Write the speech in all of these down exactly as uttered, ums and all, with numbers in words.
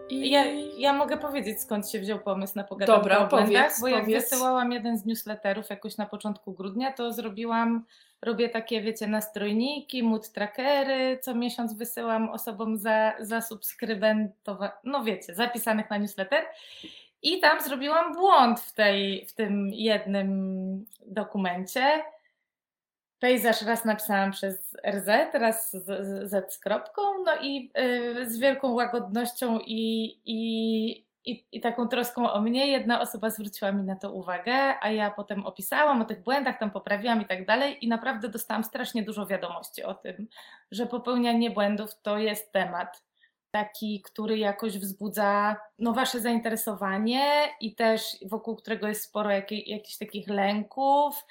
I... Ja, ja mogę powiedzieć, skąd się wziął pomysł na pogadankę Dobra, o błędach, powiedz, bo jak powiedz. wysyłałam jeden z newsletterów jakoś na początku grudnia, to zrobiłam, robię takie, wiecie, nastrojniki, mood trackery, co miesiąc wysyłam osobom za, za subskrybentowa, no wiecie, zapisanych na newsletter. I tam zrobiłam błąd w, tej, w tym jednym dokumencie. Pejzaż raz napisałam przez R Z, raz z, z, z z kropką, no i y, z wielką łagodnością i, i, i, i taką troską o mnie jedna osoba zwróciła mi na to uwagę, a ja potem opisałam o tych błędach, tam poprawiłam i tak dalej i naprawdę dostałam strasznie dużo wiadomości o tym, że popełnianie błędów to jest temat taki, który jakoś wzbudza no, wasze zainteresowanie i też wokół którego jest sporo jakich, jakichś takich lęków.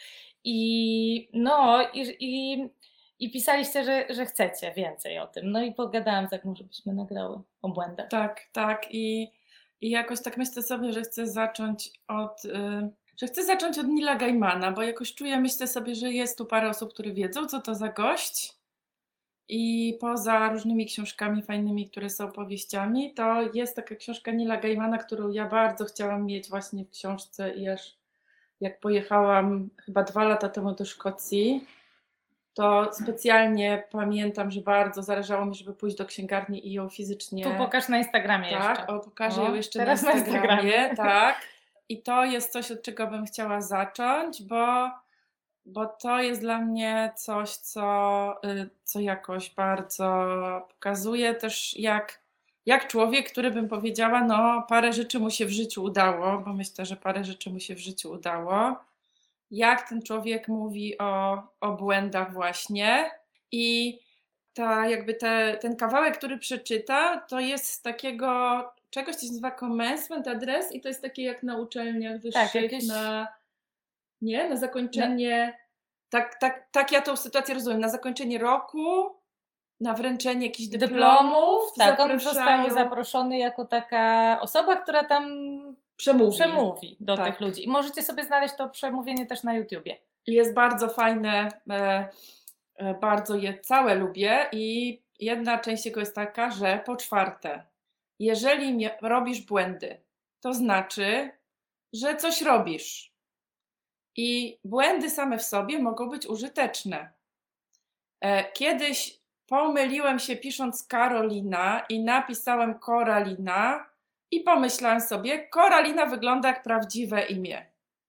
I no, i, i, i pisaliście, że, że chcecie więcej o tym. No i pogadałam z Agnią, żebyśmy nagrały o błędach. Tak, tak. I, i jakoś tak myślę sobie, że chcę zacząć od... Yy, że chcę zacząć od Neila Gaimana, bo jakoś czuję, myślę sobie, że jest tu parę osób, które wiedzą, co to za gość. I poza różnymi książkami fajnymi, które są powieściami, to jest taka książka Neila Gaimana, którą ja bardzo chciałam mieć właśnie w książce i aż jak pojechałam chyba dwa lata temu do Szkocji, to specjalnie pamiętam, że bardzo zależało mi, żeby pójść do księgarni i ją fizycznie... Tu pokaż na Instagramie tak, jeszcze. o, pokażę o, ją jeszcze teraz na Instagramie. na Instagramie. Tak. I to jest coś, od czego bym chciała zacząć, bo, bo to jest dla mnie coś, co, co jakoś bardzo pokazuje też, jak, jak człowiek, który bym powiedziała, no parę rzeczy mu się w życiu udało, bo myślę, że parę rzeczy mu się w życiu udało, jak ten człowiek mówi o, o błędach właśnie i ta, jakby te, ten kawałek, który przeczyta, to jest z takiego czegoś, co się nazywa commencement address i to jest takie jak na uczelniach wyższych, Tak, jakieś... na, nie, na zakończenie, tak, tak, tak ja tą sytuację rozumiem, na zakończenie roku, na wręczenie jakichś dyplomów. dyplomów tak, on zapraszają... został zaproszony jako taka osoba, która tam przemówi, przemówi do tak. tych ludzi. I możecie sobie znaleźć to przemówienie też na YouTubie. Jest bardzo fajne, e, e, bardzo je całe lubię i jedna część jego jest taka, że po czwarte, jeżeli mia- robisz błędy, to znaczy, że coś robisz. I błędy same w sobie mogą być użyteczne. E, kiedyś pomyliłem się pisząc Karolina i napisałem Koralina i pomyślałem sobie, Koralina wygląda jak prawdziwe imię.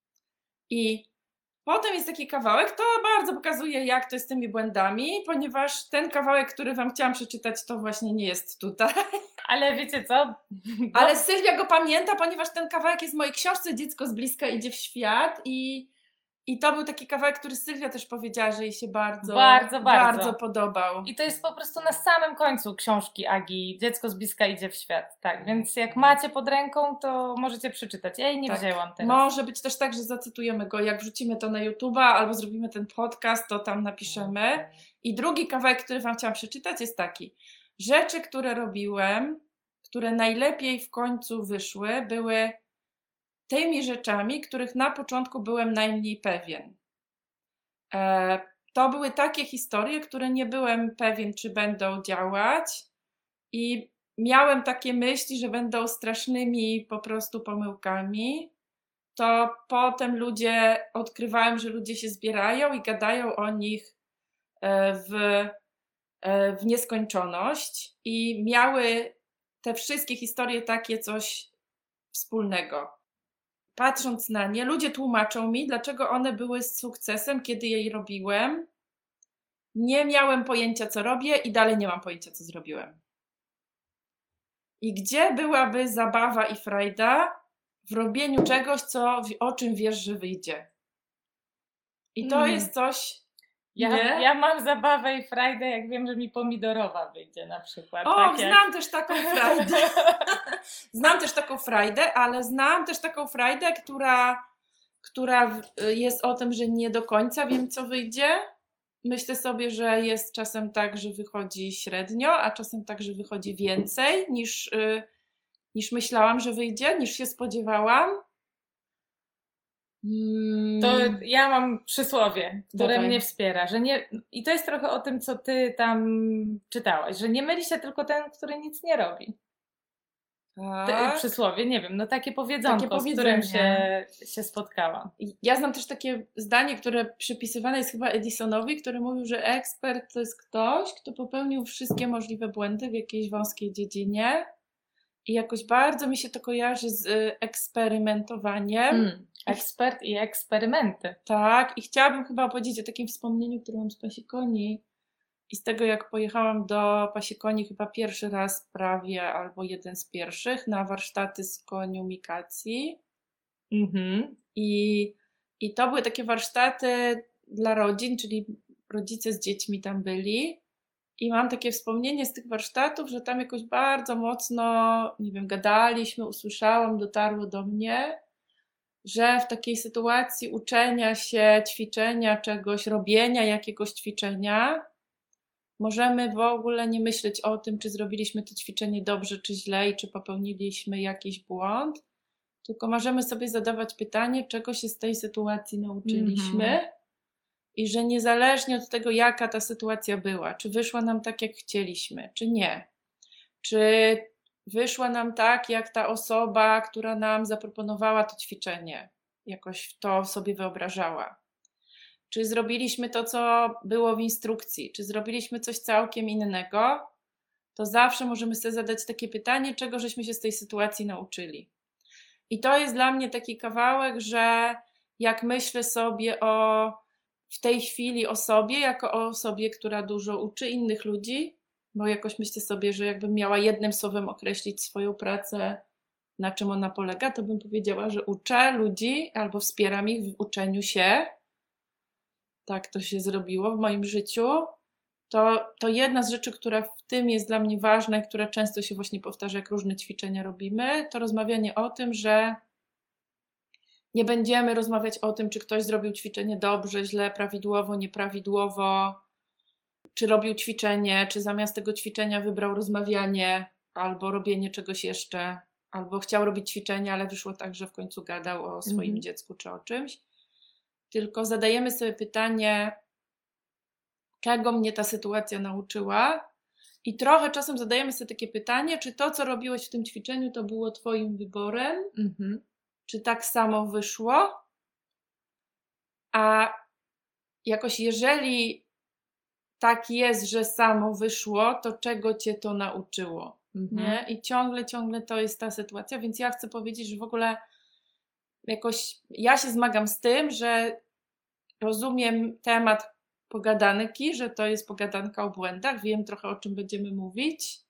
I potem jest taki kawałek, to bardzo pokazuje, jak to jest z tymi błędami, ponieważ ten kawałek, który wam chciałam przeczytać, to właśnie nie jest tutaj. Ale wiecie co? Bo... Ale Sylwia go pamięta, ponieważ ten kawałek jest w mojej książce Dziecko z bliska idzie w świat i, i to był taki kawałek, który Sylwia też powiedziała, że jej się bardzo, bardzo, bardzo. bardzo podobał. I to jest po prostu na samym końcu książki Agi, Dziecko z bliska idzie w świat. Tak, więc jak macie pod ręką, to możecie przeczytać. Ja jej nie tak. wzięłam teraz. Może być też tak, że zacytujemy go, jak wrzucimy to na YouTube'a albo zrobimy ten podcast, to tam napiszemy. I drugi kawałek, który wam chciałam przeczytać jest taki. Rzeczy, które robiłem, które najlepiej w końcu wyszły, były tymi rzeczami, których na początku byłem najmniej pewien. E, to były takie historie, które nie byłem pewien, czy będą działać i miałem takie myśli, że będą strasznymi po prostu pomyłkami. To potem ludzie, odkrywałem, że ludzie się zbierają i gadają o nich w, w nieskończoność i miały te wszystkie historie takie coś wspólnego. Patrząc na nie, ludzie tłumaczą mi, dlaczego one były z sukcesem, kiedy je robiłem. Nie miałem pojęcia, co robię i dalej nie mam pojęcia, co zrobiłem. I gdzie byłaby zabawa i frajda w robieniu czegoś, co, o czym wiesz, że wyjdzie. I to mm. jest coś... Ja, ja mam zabawę i frajdę, jak wiem, że mi pomidorowa wyjdzie na przykład. O, tak znam jak... też taką frajdę. Znam też taką frajdę, ale znam też taką frajdę, która, która jest o tym, że nie do końca wiem, co wyjdzie. Myślę sobie, że jest czasem tak, że wychodzi średnio, a czasem tak, że wychodzi więcej niż, niż myślałam, że wyjdzie, niż się spodziewałam. To ja mam przysłowie, które Dawaj. mnie wspiera, że nie, i to jest trochę o tym, co ty tam czytałaś, że nie myli się tylko ten, który nic nie robi. Te, Tak. przysłowie, nie wiem, no takie powiedzonko, Takie z którym powiedzenie. się, się spotkałam. I Ja znam też takie zdanie, które przypisywane jest chyba Edisonowi, który mówił, że ekspert to jest ktoś, kto popełnił wszystkie możliwe błędy w jakiejś wąskiej dziedzinie. I jakoś bardzo mi się to kojarzy z y, eksperymentowaniem. Mm, ekspert i eksperymenty. Tak, i chciałabym chyba opowiedzieć o takim wspomnieniu, które mam z Pasikoni i z tego, jak pojechałam do Pasikoni chyba pierwszy raz prawie, albo jeden z pierwszych, na warsztaty z koniumikacji. Mhm. I, I to były takie warsztaty dla rodzin, czyli rodzice z dziećmi tam byli. I mam takie wspomnienie z tych warsztatów, że tam jakoś bardzo mocno, nie wiem, gadaliśmy, usłyszałam, dotarło do mnie, że w takiej sytuacji uczenia się, ćwiczenia czegoś, robienia jakiegoś ćwiczenia, możemy w ogóle nie myśleć o tym, czy zrobiliśmy to ćwiczenie dobrze, czy źle i czy popełniliśmy jakiś błąd, tylko możemy sobie zadawać pytanie, czego się z tej sytuacji nauczyliśmy. Mhm. I że niezależnie od tego, jaka ta sytuacja była, czy wyszła nam tak, jak chcieliśmy, czy nie, czy wyszła nam tak, jak ta osoba, która nam zaproponowała to ćwiczenie, jakoś to sobie wyobrażała, czy zrobiliśmy to, co było w instrukcji, czy zrobiliśmy coś całkiem innego, to zawsze możemy sobie zadać takie pytanie, czego żeśmy się z tej sytuacji nauczyli. I to jest dla mnie taki kawałek, że jak myślę sobie o w tej chwili o sobie, jako o osobie, która dużo uczy innych ludzi, bo jakoś myślę sobie, że jakbym miała jednym słowem określić swoją pracę, na czym ona polega, to bym powiedziała, że uczę ludzi albo wspieram ich w uczeniu się. Tak to się zrobiło w moim życiu. To, to jedna z rzeczy, która w tym jest dla mnie ważna i która często się właśnie powtarza, jak różne ćwiczenia robimy, to rozmawianie o tym, że nie będziemy rozmawiać o tym, czy ktoś zrobił ćwiczenie dobrze, źle, prawidłowo, nieprawidłowo, czy robił ćwiczenie, czy zamiast tego ćwiczenia wybrał rozmawianie albo robienie czegoś jeszcze, albo chciał robić ćwiczenie, ale wyszło tak, że w końcu gadał o swoim Mhm. dziecku czy o czymś. Tylko zadajemy sobie pytanie, czego mnie ta sytuacja nauczyła, i trochę czasem zadajemy sobie takie pytanie, czy to, co robiłeś w tym ćwiczeniu, to było twoim wyborem, Mhm. czy tak samo wyszło, a jakoś jeżeli tak jest, że samo wyszło, to czego cię to nauczyło, Mhm. nie? I ciągle, ciągle to jest ta sytuacja, więc ja chcę powiedzieć, że w ogóle jakoś ja się zmagam z tym, że rozumiem temat pogadanki, że to jest pogadanka o błędach, wiem trochę, o czym będziemy mówić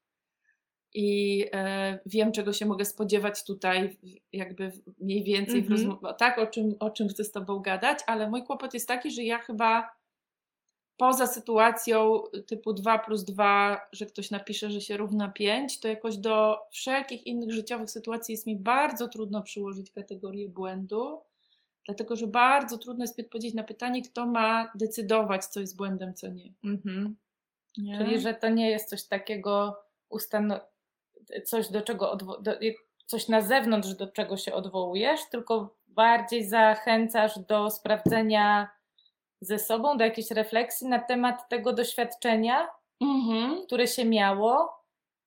i e, wiem, czego się mogę spodziewać tutaj jakby mniej więcej w Mhm. rozmowie, tak, o czym, o czym chcę z tobą gadać, ale mój kłopot jest taki, że ja chyba poza sytuacją typu dwa plus dwa, że ktoś napisze, że się równa pięć, to jakoś do wszelkich innych życiowych sytuacji jest mi bardzo trudno przyłożyć kategorię błędu, dlatego że bardzo trudno jest mi odpowiedzieć na pytanie, kto ma decydować, co jest błędem, co nie. Mhm. nie? Czyli, że to nie jest coś takiego, ustano- coś do czego, odwo- do, coś na zewnątrz, do czego się odwołujesz, tylko bardziej zachęcasz do sprawdzenia ze sobą, do jakiejś refleksji na temat tego doświadczenia, Mhm. które się miało.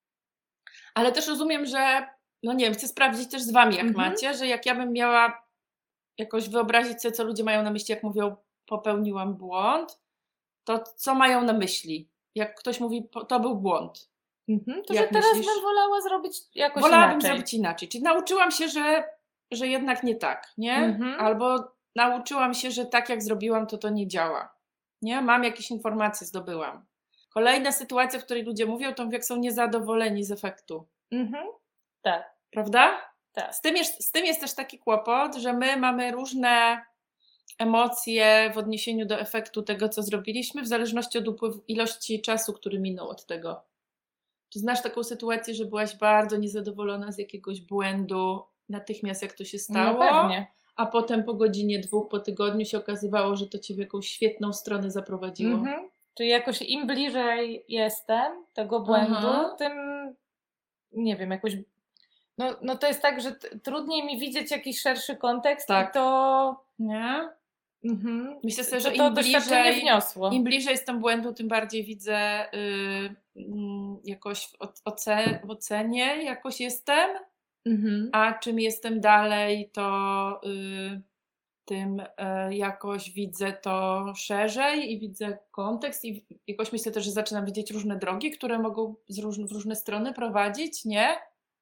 Ale też rozumiem, że, no nie wiem, chcę sprawdzić też z wami, jak Mhm. macie, że jak ja bym miała jakoś wyobrazić sobie, co ludzie mają na myśli, jak mówią, popełniłam błąd, to co mają na myśli? Jak ktoś mówi, po- to był błąd. Mhm. To, Jak że teraz myślisz? bym wolała zrobić jakoś Wolałabym inaczej. zrobić inaczej. Czyli nauczyłam się, że, że jednak nie tak, nie? Mhm. Albo nauczyłam się, że tak jak zrobiłam, to to nie działa. Nie? Mam jakieś informacje, zdobyłam. Kolejna sytuacja, w której ludzie mówią, to jak są niezadowoleni z efektu. Mhm. Tak, Prawda? tak. Z tym, jest, z tym jest też taki kłopot, że my mamy różne emocje w odniesieniu do efektu tego, co zrobiliśmy, w zależności od upływu ilości czasu, który minął od tego. Czy znasz taką sytuację, że byłaś bardzo niezadowolona z jakiegoś błędu natychmiast, jak to się stało? No pewnie. A potem po godzinie, dwóch, po tygodniu się okazywało, że to cię w jakąś świetną stronę zaprowadziło. Mhm. Czyli jakoś im bliżej jestem tego błędu, Aha. tym nie wiem, jakoś. No, no to jest tak, że t- trudniej mi widzieć jakiś szerszy kontekst Tak. i to. Nie? Mhm. Myślę sobie, to, że to im doświadczenie bliżej, wniosło. im bliżej jestem błędu, tym bardziej widzę yy, yy, jakoś w, oce- w ocenie jakoś jestem. Mhm. a czym jestem dalej, to y, tym y, jakoś widzę to szerzej i widzę kontekst i jakoś myślę też, że zaczynam widzieć różne drogi, które mogą z róż, w różne strony prowadzić, nie?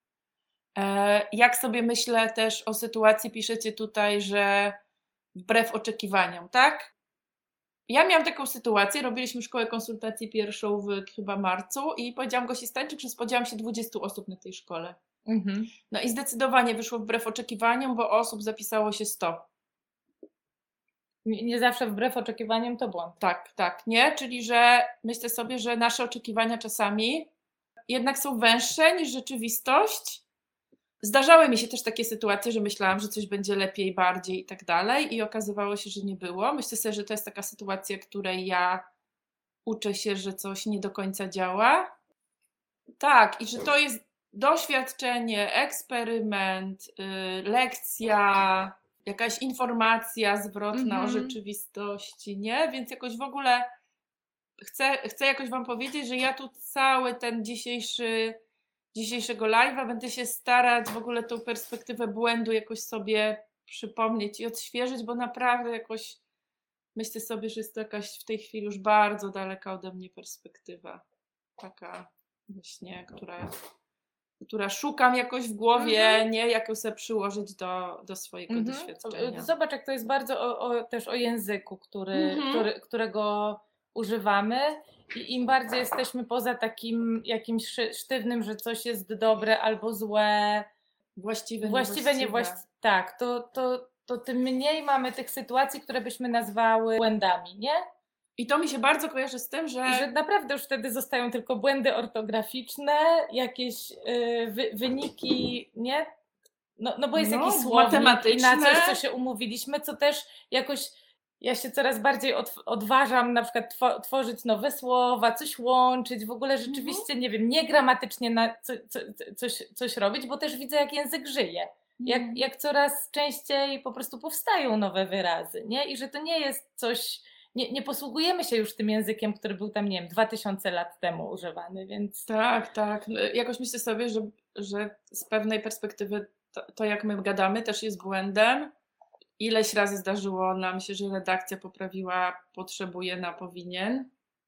E, jak sobie myślę też o sytuacji, piszecie tutaj, że wbrew oczekiwaniom, tak? Ja miałam taką sytuację, robiliśmy szkołę konsultacji pierwszą w chyba marcu i powiedziałam Gosi Stańczyk, że spodziewałam się dwudziestu osób na tej szkole. Mhm. No i zdecydowanie wyszło wbrew oczekiwaniom, bo osób zapisało się sto. Nie, nie zawsze wbrew oczekiwaniom to błąd. Tak, tak, nie? Czyli, że myślę sobie, że nasze oczekiwania czasami jednak są węższe niż rzeczywistość. Zdarzały mi się też takie sytuacje, że myślałam, że coś będzie lepiej, bardziej i tak dalej i okazywało się, że nie było. Myślę sobie, że to jest taka sytuacja, której ja uczę się, że coś nie do końca działa. Tak, i że to jest doświadczenie, eksperyment, yy, lekcja, jakaś informacja zwrotna Mhm. o rzeczywistości, nie? Więc jakoś w ogóle chcę, chcę jakoś Wam powiedzieć, że ja tu cały ten dzisiejszy, dzisiejszego live'a będę się starać w ogóle tą perspektywę błędu jakoś sobie przypomnieć i odświeżyć, bo naprawdę jakoś myślę sobie, że jest to jakaś w tej chwili już bardzo daleka ode mnie perspektywa. Taka właśnie, która, która szukam jakoś w głowie, Mhm. nie? Jak ją sobie przyłożyć do, do swojego Mhm. doświadczenia. Zobacz, jak to jest bardzo o, o, też o języku, który, Mhm. który, którego używamy i im bardziej jesteśmy poza takim jakimś szy- sztywnym, że coś jest dobre albo złe, Właściwe, właściwe, nie właściwe, tak, to, to, to tym mniej mamy tych sytuacji, które byśmy nazwały błędami, nie? I to mi się bardzo kojarzy z tym, że... I że naprawdę już wtedy zostają tylko błędy ortograficzne, jakieś yy, wy, wyniki, nie? No, no bo jest No, jakiś słownik i na matematyczne. coś, co się umówiliśmy, co też jakoś ja się coraz bardziej od, odważam na przykład two, tworzyć nowe słowa, coś łączyć, w ogóle rzeczywiście, Mhm. nie wiem, nie gramatycznie na co, co, coś, coś robić, bo też widzę, jak język żyje. Jak, Mhm. jak coraz częściej po prostu powstają nowe wyrazy, nie? I że to nie jest coś, nie, nie posługujemy się już tym językiem, który był tam, nie wiem, dwa tysiące lat temu używany, więc... Tak, tak. No, jakoś myślę sobie, że, że z pewnej perspektywy to, to, jak my gadamy, też jest błędem. Ileś razy zdarzyło nam się, że redakcja poprawiła potrzebuje na powinien,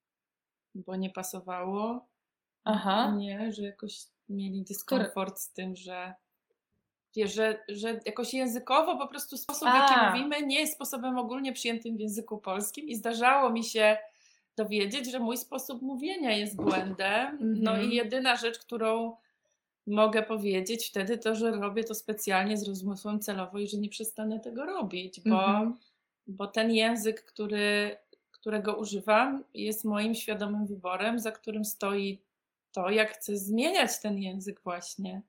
bo nie pasowało. Aha. Nie, że jakoś mieli dyskomfort z tym, że wiesz, że, że jakoś językowo po prostu sposób, w jaki A. mówimy, nie jest sposobem ogólnie przyjętym w języku polskim i zdarzało mi się dowiedzieć, że mój sposób mówienia jest błędem. No Mhm. i jedyna rzecz, którą mogę powiedzieć wtedy, to, że robię to specjalnie z rozmysłem celowo i że nie przestanę tego robić, bo, Mhm. bo ten język, który, którego używam, jest moim świadomym wyborem, za którym stoi to, jak chcę zmieniać ten język właśnie.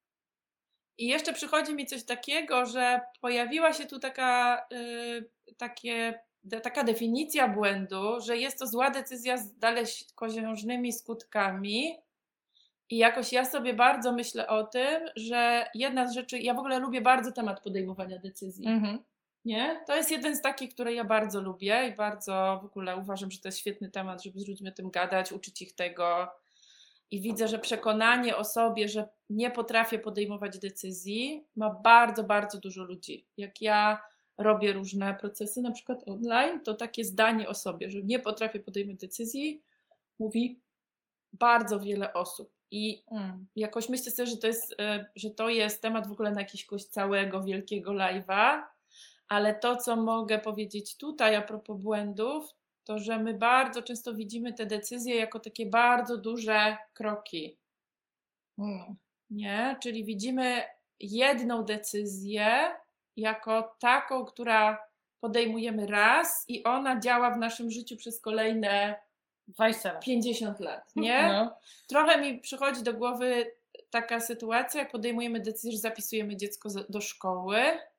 I jeszcze przychodzi mi coś takiego, że pojawiła się tu taka, yy, takie, de, taka definicja błędu, że jest to zła decyzja z dalekosiężnymi skutkami. I jakoś ja sobie bardzo myślę o tym, że jedna z rzeczy, ja w ogóle lubię bardzo temat podejmowania decyzji. Mhm. Nie? To jest jeden z takich, które ja bardzo lubię i bardzo w ogóle uważam, że to jest świetny temat, żeby z ludźmi o tym gadać, uczyć ich tego. I widzę, że przekonanie o sobie, że nie potrafię podejmować decyzji, ma bardzo, bardzo dużo ludzi. Jak ja robię różne procesy, na przykład online, to takie zdanie o sobie, że nie potrafię podejmować decyzji, mówi bardzo wiele osób. I Mm. jakoś myślę sobie, że to jest, że to jest temat w ogóle na jakiegoś całego wielkiego live'a, ale to, co mogę powiedzieć tutaj a propos błędów, to, że my bardzo często widzimy te decyzje jako takie bardzo duże kroki. Mm. Nie? Czyli widzimy jedną decyzję jako taką, która podejmujemy raz i ona działa w naszym życiu przez kolejne dwadzieścia lat. pięćdziesiąt lat, nie? No. Trochę mi przychodzi do głowy taka sytuacja, jak podejmujemy decyzję, że zapisujemy dziecko do szkoły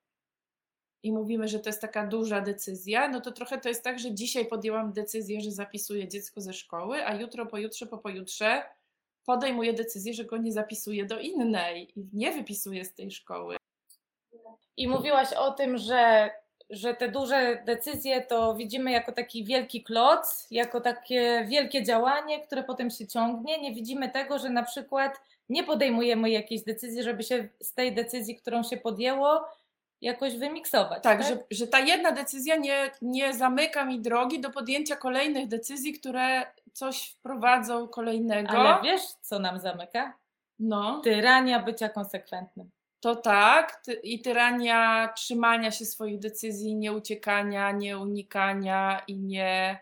i mówimy, że to jest taka duża decyzja, no to trochę to jest tak, że dzisiaj podjęłam decyzję, że zapisuję dziecko ze szkoły, a jutro, pojutrze, po pojutrze podejmuję decyzję, że go nie zapisuję do innej i nie wypisuję z tej szkoły. I mówiłaś o tym, że, że te duże decyzje to widzimy jako taki wielki kloc, jako takie wielkie działanie, które potem się ciągnie. Nie widzimy tego, że na przykład nie podejmujemy jakiejś decyzji, żeby się z tej decyzji, którą się podjęło, jakoś wymiksować. Tak, Tak, Że, że ta jedna decyzja nie, nie zamyka mi drogi do podjęcia kolejnych decyzji, które coś wprowadzą kolejnego. Ale wiesz, co nam zamyka? No. Tyrania bycia konsekwentnym. To tak, ty, i tyrania trzymania się swoich decyzji, nie uciekania, nie unikania i nie,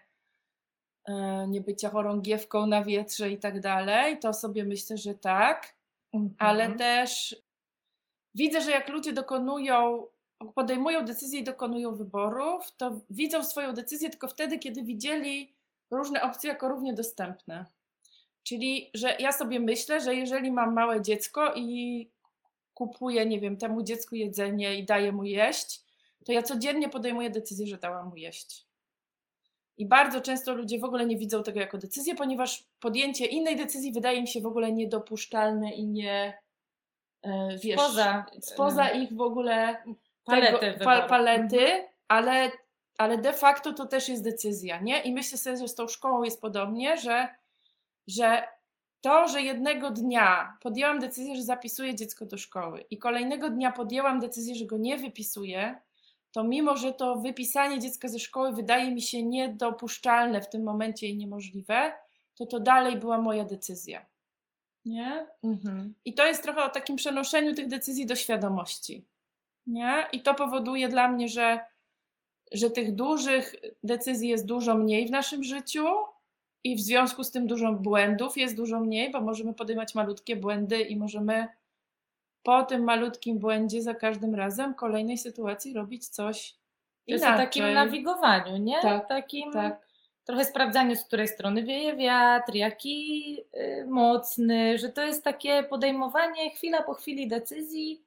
e, nie bycia chorągiewką na wietrze i tak dalej. To sobie myślę, że tak, Mhm. ale też widzę, że jak ludzie dokonują, podejmują decyzje i dokonują wyborów, to widzą swoją decyzję tylko wtedy, kiedy widzieli różne opcje jako równie dostępne. Czyli, że ja sobie myślę, że jeżeli mam małe dziecko i kupuję, nie wiem, temu dziecku jedzenie i daję mu jeść, to ja codziennie podejmuję decyzję, że dałam mu jeść. I bardzo często ludzie w ogóle nie widzą tego jako decyzję, ponieważ podjęcie innej decyzji wydaje mi się w ogóle niedopuszczalne i nie, e, wiesz, Spoza, spoza em, ich w ogóle palety tego, wyboru. pa, palety, ale, ale de facto to też jest decyzja, nie? I myślę sobie, że z tą szkołą jest podobnie, że, że to, że jednego dnia podjęłam decyzję, że zapisuję dziecko do szkoły i kolejnego dnia podjęłam decyzję, że go nie wypisuję, to mimo, że to wypisanie dziecka ze szkoły wydaje mi się niedopuszczalne w tym momencie i niemożliwe, to to dalej była moja decyzja. Nie? Mhm. I to jest trochę o takim przenoszeniu tych decyzji do świadomości. Nie? I to powoduje dla mnie, że, że tych dużych decyzji jest dużo mniej w naszym życiu i w związku z tym dużo błędów jest dużo mniej, bo możemy podejmować malutkie błędy i możemy po tym malutkim błędzie za każdym razem w kolejnej sytuacji robić coś To jest inaczej. o takim nawigowaniu, nie? Tak, Takim tak. trochę sprawdzaniu, z której strony wieje wiatr, jaki y, mocny, że to jest takie podejmowanie chwila po chwili decyzji,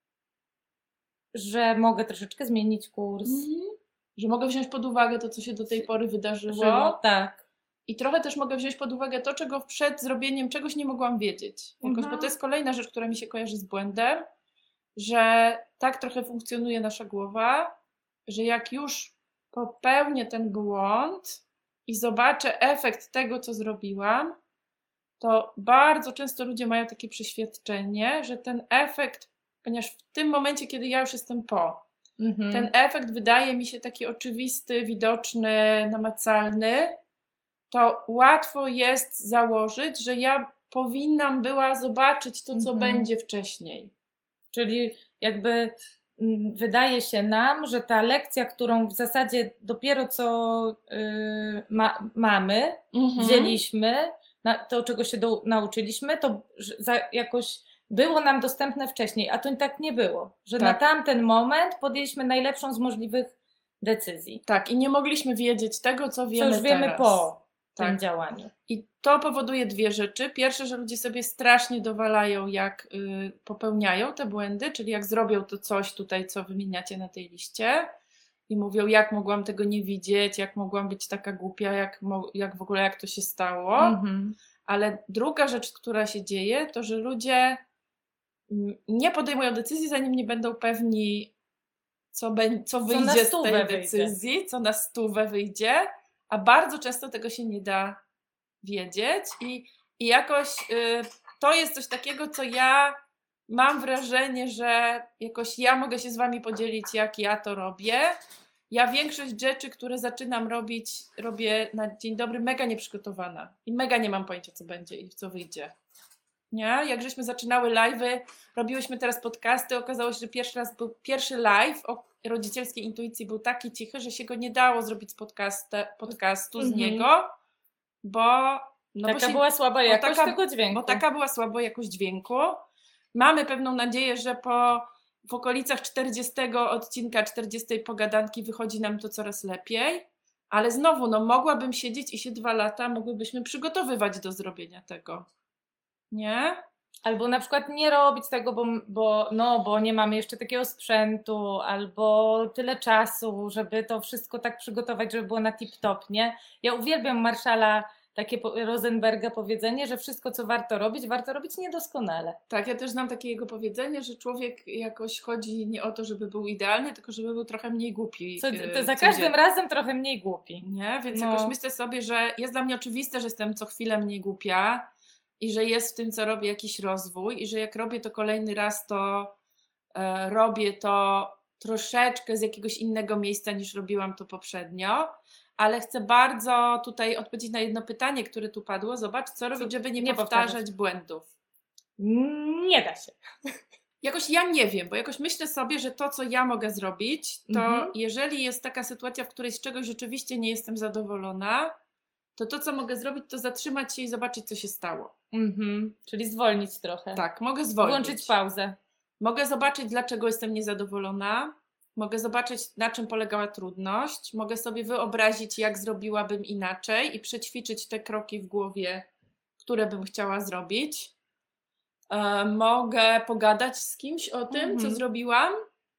że mogę troszeczkę zmienić kurs. Mhm. Że mogę wziąć pod uwagę to, co się do tej pory wydarzyło. Że, tak. I trochę też mogę wziąć pod uwagę to, czego przed zrobieniem czegoś nie mogłam wiedzieć. Jakoś, Mhm. Bo to jest kolejna rzecz, która mi się kojarzy z błędem, że tak trochę funkcjonuje nasza głowa, że jak już popełnię ten błąd i zobaczę efekt tego, co zrobiłam, to bardzo często ludzie mają takie przeświadczenie, że ten efekt, ponieważ w tym momencie, kiedy ja już jestem po, Mhm. ten efekt wydaje mi się taki oczywisty, widoczny, namacalny, to łatwo jest założyć, że ja powinnam była zobaczyć to, co Mhm. będzie wcześniej. Czyli jakby mm, wydaje się nam, że ta lekcja, którą w zasadzie dopiero co y, ma, mamy, Mhm. wzięliśmy, na, to czego się do, nauczyliśmy, to że za, jakoś było nam dostępne wcześniej, a to tak nie było. Że Tak. na tamten moment podjęliśmy najlepszą z możliwych decyzji. Tak, i nie mogliśmy wiedzieć tego, co Co wiemy już wiemy teraz. po tym Tak. działaniu. I to powoduje dwie rzeczy. Pierwsze, że ludzie sobie strasznie dowalają, jak y, popełniają te błędy, czyli jak zrobią to coś tutaj, co wymieniacie na tej liście i mówią, jak mogłam tego nie widzieć, jak mogłam być taka głupia, jak, mo- jak w ogóle jak to się stało. Mhm. Ale druga rzecz, która się dzieje, to że ludzie mm, nie podejmują decyzji, zanim nie będą pewni, co, be- co na wyjdzie z stówę tej wyjdzie. decyzji, co na stówę wyjdzie, a bardzo często tego się nie da wiedzieć i, i jakoś y, to jest coś takiego, co ja mam wrażenie, że jakoś ja mogę się z wami podzielić, jak ja to robię. Ja większość rzeczy, które zaczynam robić, robię na dzień dobry mega nieprzygotowana i mega nie mam pojęcia, co będzie i co wyjdzie. Nie? Jak żeśmy zaczynały live'y, robiłyśmy teraz podcasty, okazało się, że pierwszy raz był pierwszy live o rodzicielskiej intuicji był taki cichy, że się go nie dało zrobić z podcaste, podcastu z Mhm. niego, bo no taka bo się, była słaba jakość taka- tego dźwięku. bo taka była słaba jakość dźwięku. Mamy pewną nadzieję, że po w okolicach czterdziestego odcinka, czterdziestej pogadanki wychodzi nam to coraz lepiej, ale znowu, no mogłabym siedzieć i się dwa lata mogłybyśmy przygotowywać do zrobienia tego. Nie? Albo na przykład nie robić tego, bo, bo, no, bo nie mamy jeszcze takiego sprzętu, albo tyle czasu, żeby to wszystko tak przygotować, żeby było na tip-top, nie? Ja uwielbiam Marszala, takie po- Rosenberga powiedzenie, że wszystko, co warto robić, warto robić niedoskonale. Tak, ja też znam takie jego powiedzenie, że człowiek jakoś chodzi nie o to, żeby był idealny, tylko żeby był trochę mniej głupi. Co, yy, to za codziennie. każdym razem trochę mniej głupi. Nie? Więc No. jakoś myślę sobie, że jest dla mnie oczywiste, że jestem co chwilę mniej głupia i że jest w tym, co robię, jakiś rozwój i że jak robię to kolejny raz, to e, robię to troszeczkę z jakiegoś innego miejsca niż robiłam to poprzednio, ale chcę bardzo tutaj odpowiedzieć na jedno pytanie, które tu padło. Zobacz, co robić, żeby nie, nie powtarzać, powtarzać. błędów. Nie da się. Jakoś ja nie wiem, bo jakoś myślę sobie, że to, co ja mogę zrobić, to Mhm. jeżeli jest taka sytuacja, w której z czegoś rzeczywiście nie jestem zadowolona, to to, co mogę zrobić, to zatrzymać się i zobaczyć, co się stało. Mhm. Czyli zwolnić trochę. Tak, mogę zwolnić. Włączyć pauzę. Mogę zobaczyć, dlaczego jestem niezadowolona. Mogę zobaczyć, na czym polegała trudność. Mogę sobie wyobrazić, jak zrobiłabym inaczej i przećwiczyć te kroki w głowie, które bym chciała zrobić. E, mogę pogadać z kimś o tym, Mhm. co zrobiłam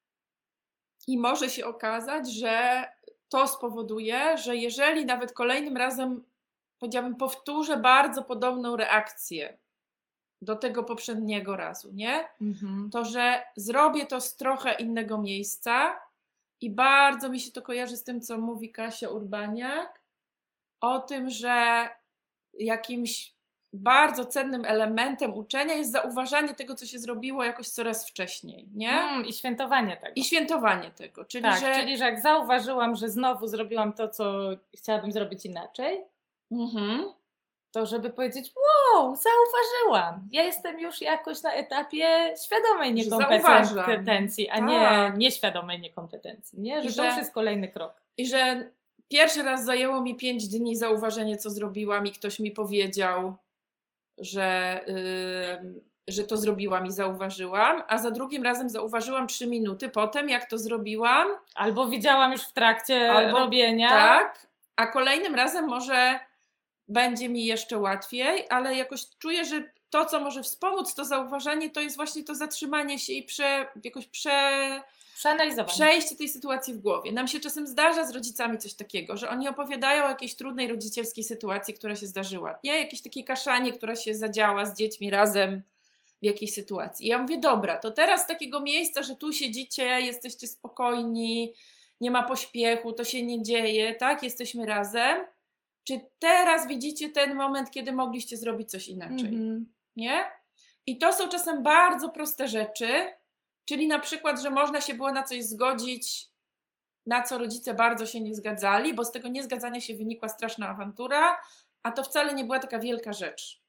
i może się okazać, że to spowoduje, że jeżeli nawet kolejnym razem, powiedziałabym, powtórzę bardzo podobną reakcję do tego poprzedniego razu, nie? Mhm. To, że zrobię to z trochę innego miejsca i bardzo mi się to kojarzy z tym, co mówi Kasia Urbaniak, o tym, że jakimś bardzo cennym elementem uczenia jest zauważanie tego, co się zrobiło jakoś coraz wcześniej, nie? Mm, I świętowanie tego. I świętowanie tego, czyli tak, że... czyli że jak zauważyłam, że znowu zrobiłam to, co chciałabym zrobić inaczej, Mhm. to żeby powiedzieć, wow, zauważyłam. Ja jestem już jakoś na etapie świadomej Że zauważam. niekompetencji, a Tak. nie nieświadomej niekompetencji. Nie? Że, I to że- już jest kolejny krok. I że pierwszy raz zajęło mi pięć dni zauważenie, co zrobiłam i ktoś mi powiedział, że, yy, że to zrobiłam i zauważyłam, a za drugim razem zauważyłam trzy minuty potem, jak to zrobiłam. Albo widziałam już w trakcie Albo- robienia. Tak, a kolejnym razem może będzie mi jeszcze łatwiej, ale jakoś czuję, że to, co może wspomóc to zauważanie, to jest właśnie to zatrzymanie się i prze, jakoś prze, Przeanalizowanie. przejście tej sytuacji w głowie. Nam się czasem zdarza z rodzicami coś takiego, że oni opowiadają o jakiejś trudnej rodzicielskiej sytuacji, która się zdarzyła. Nie? Jakiejś takiej kaszanie, która się zadziała z dziećmi razem w jakiejś sytuacji. I ja mówię, dobra, to teraz z takiego miejsca, że tu siedzicie, jesteście spokojni, nie ma pośpiechu, to się nie dzieje, tak? Jesteśmy razem. Czy teraz widzicie ten moment, kiedy mogliście zrobić coś inaczej? Mhm. Nie? I to są czasem bardzo proste rzeczy, czyli na przykład, że można się było na coś zgodzić, na co rodzice bardzo się nie zgadzali, bo z tego niezgadzania się wynikła straszna awantura, a to wcale nie była taka wielka rzecz.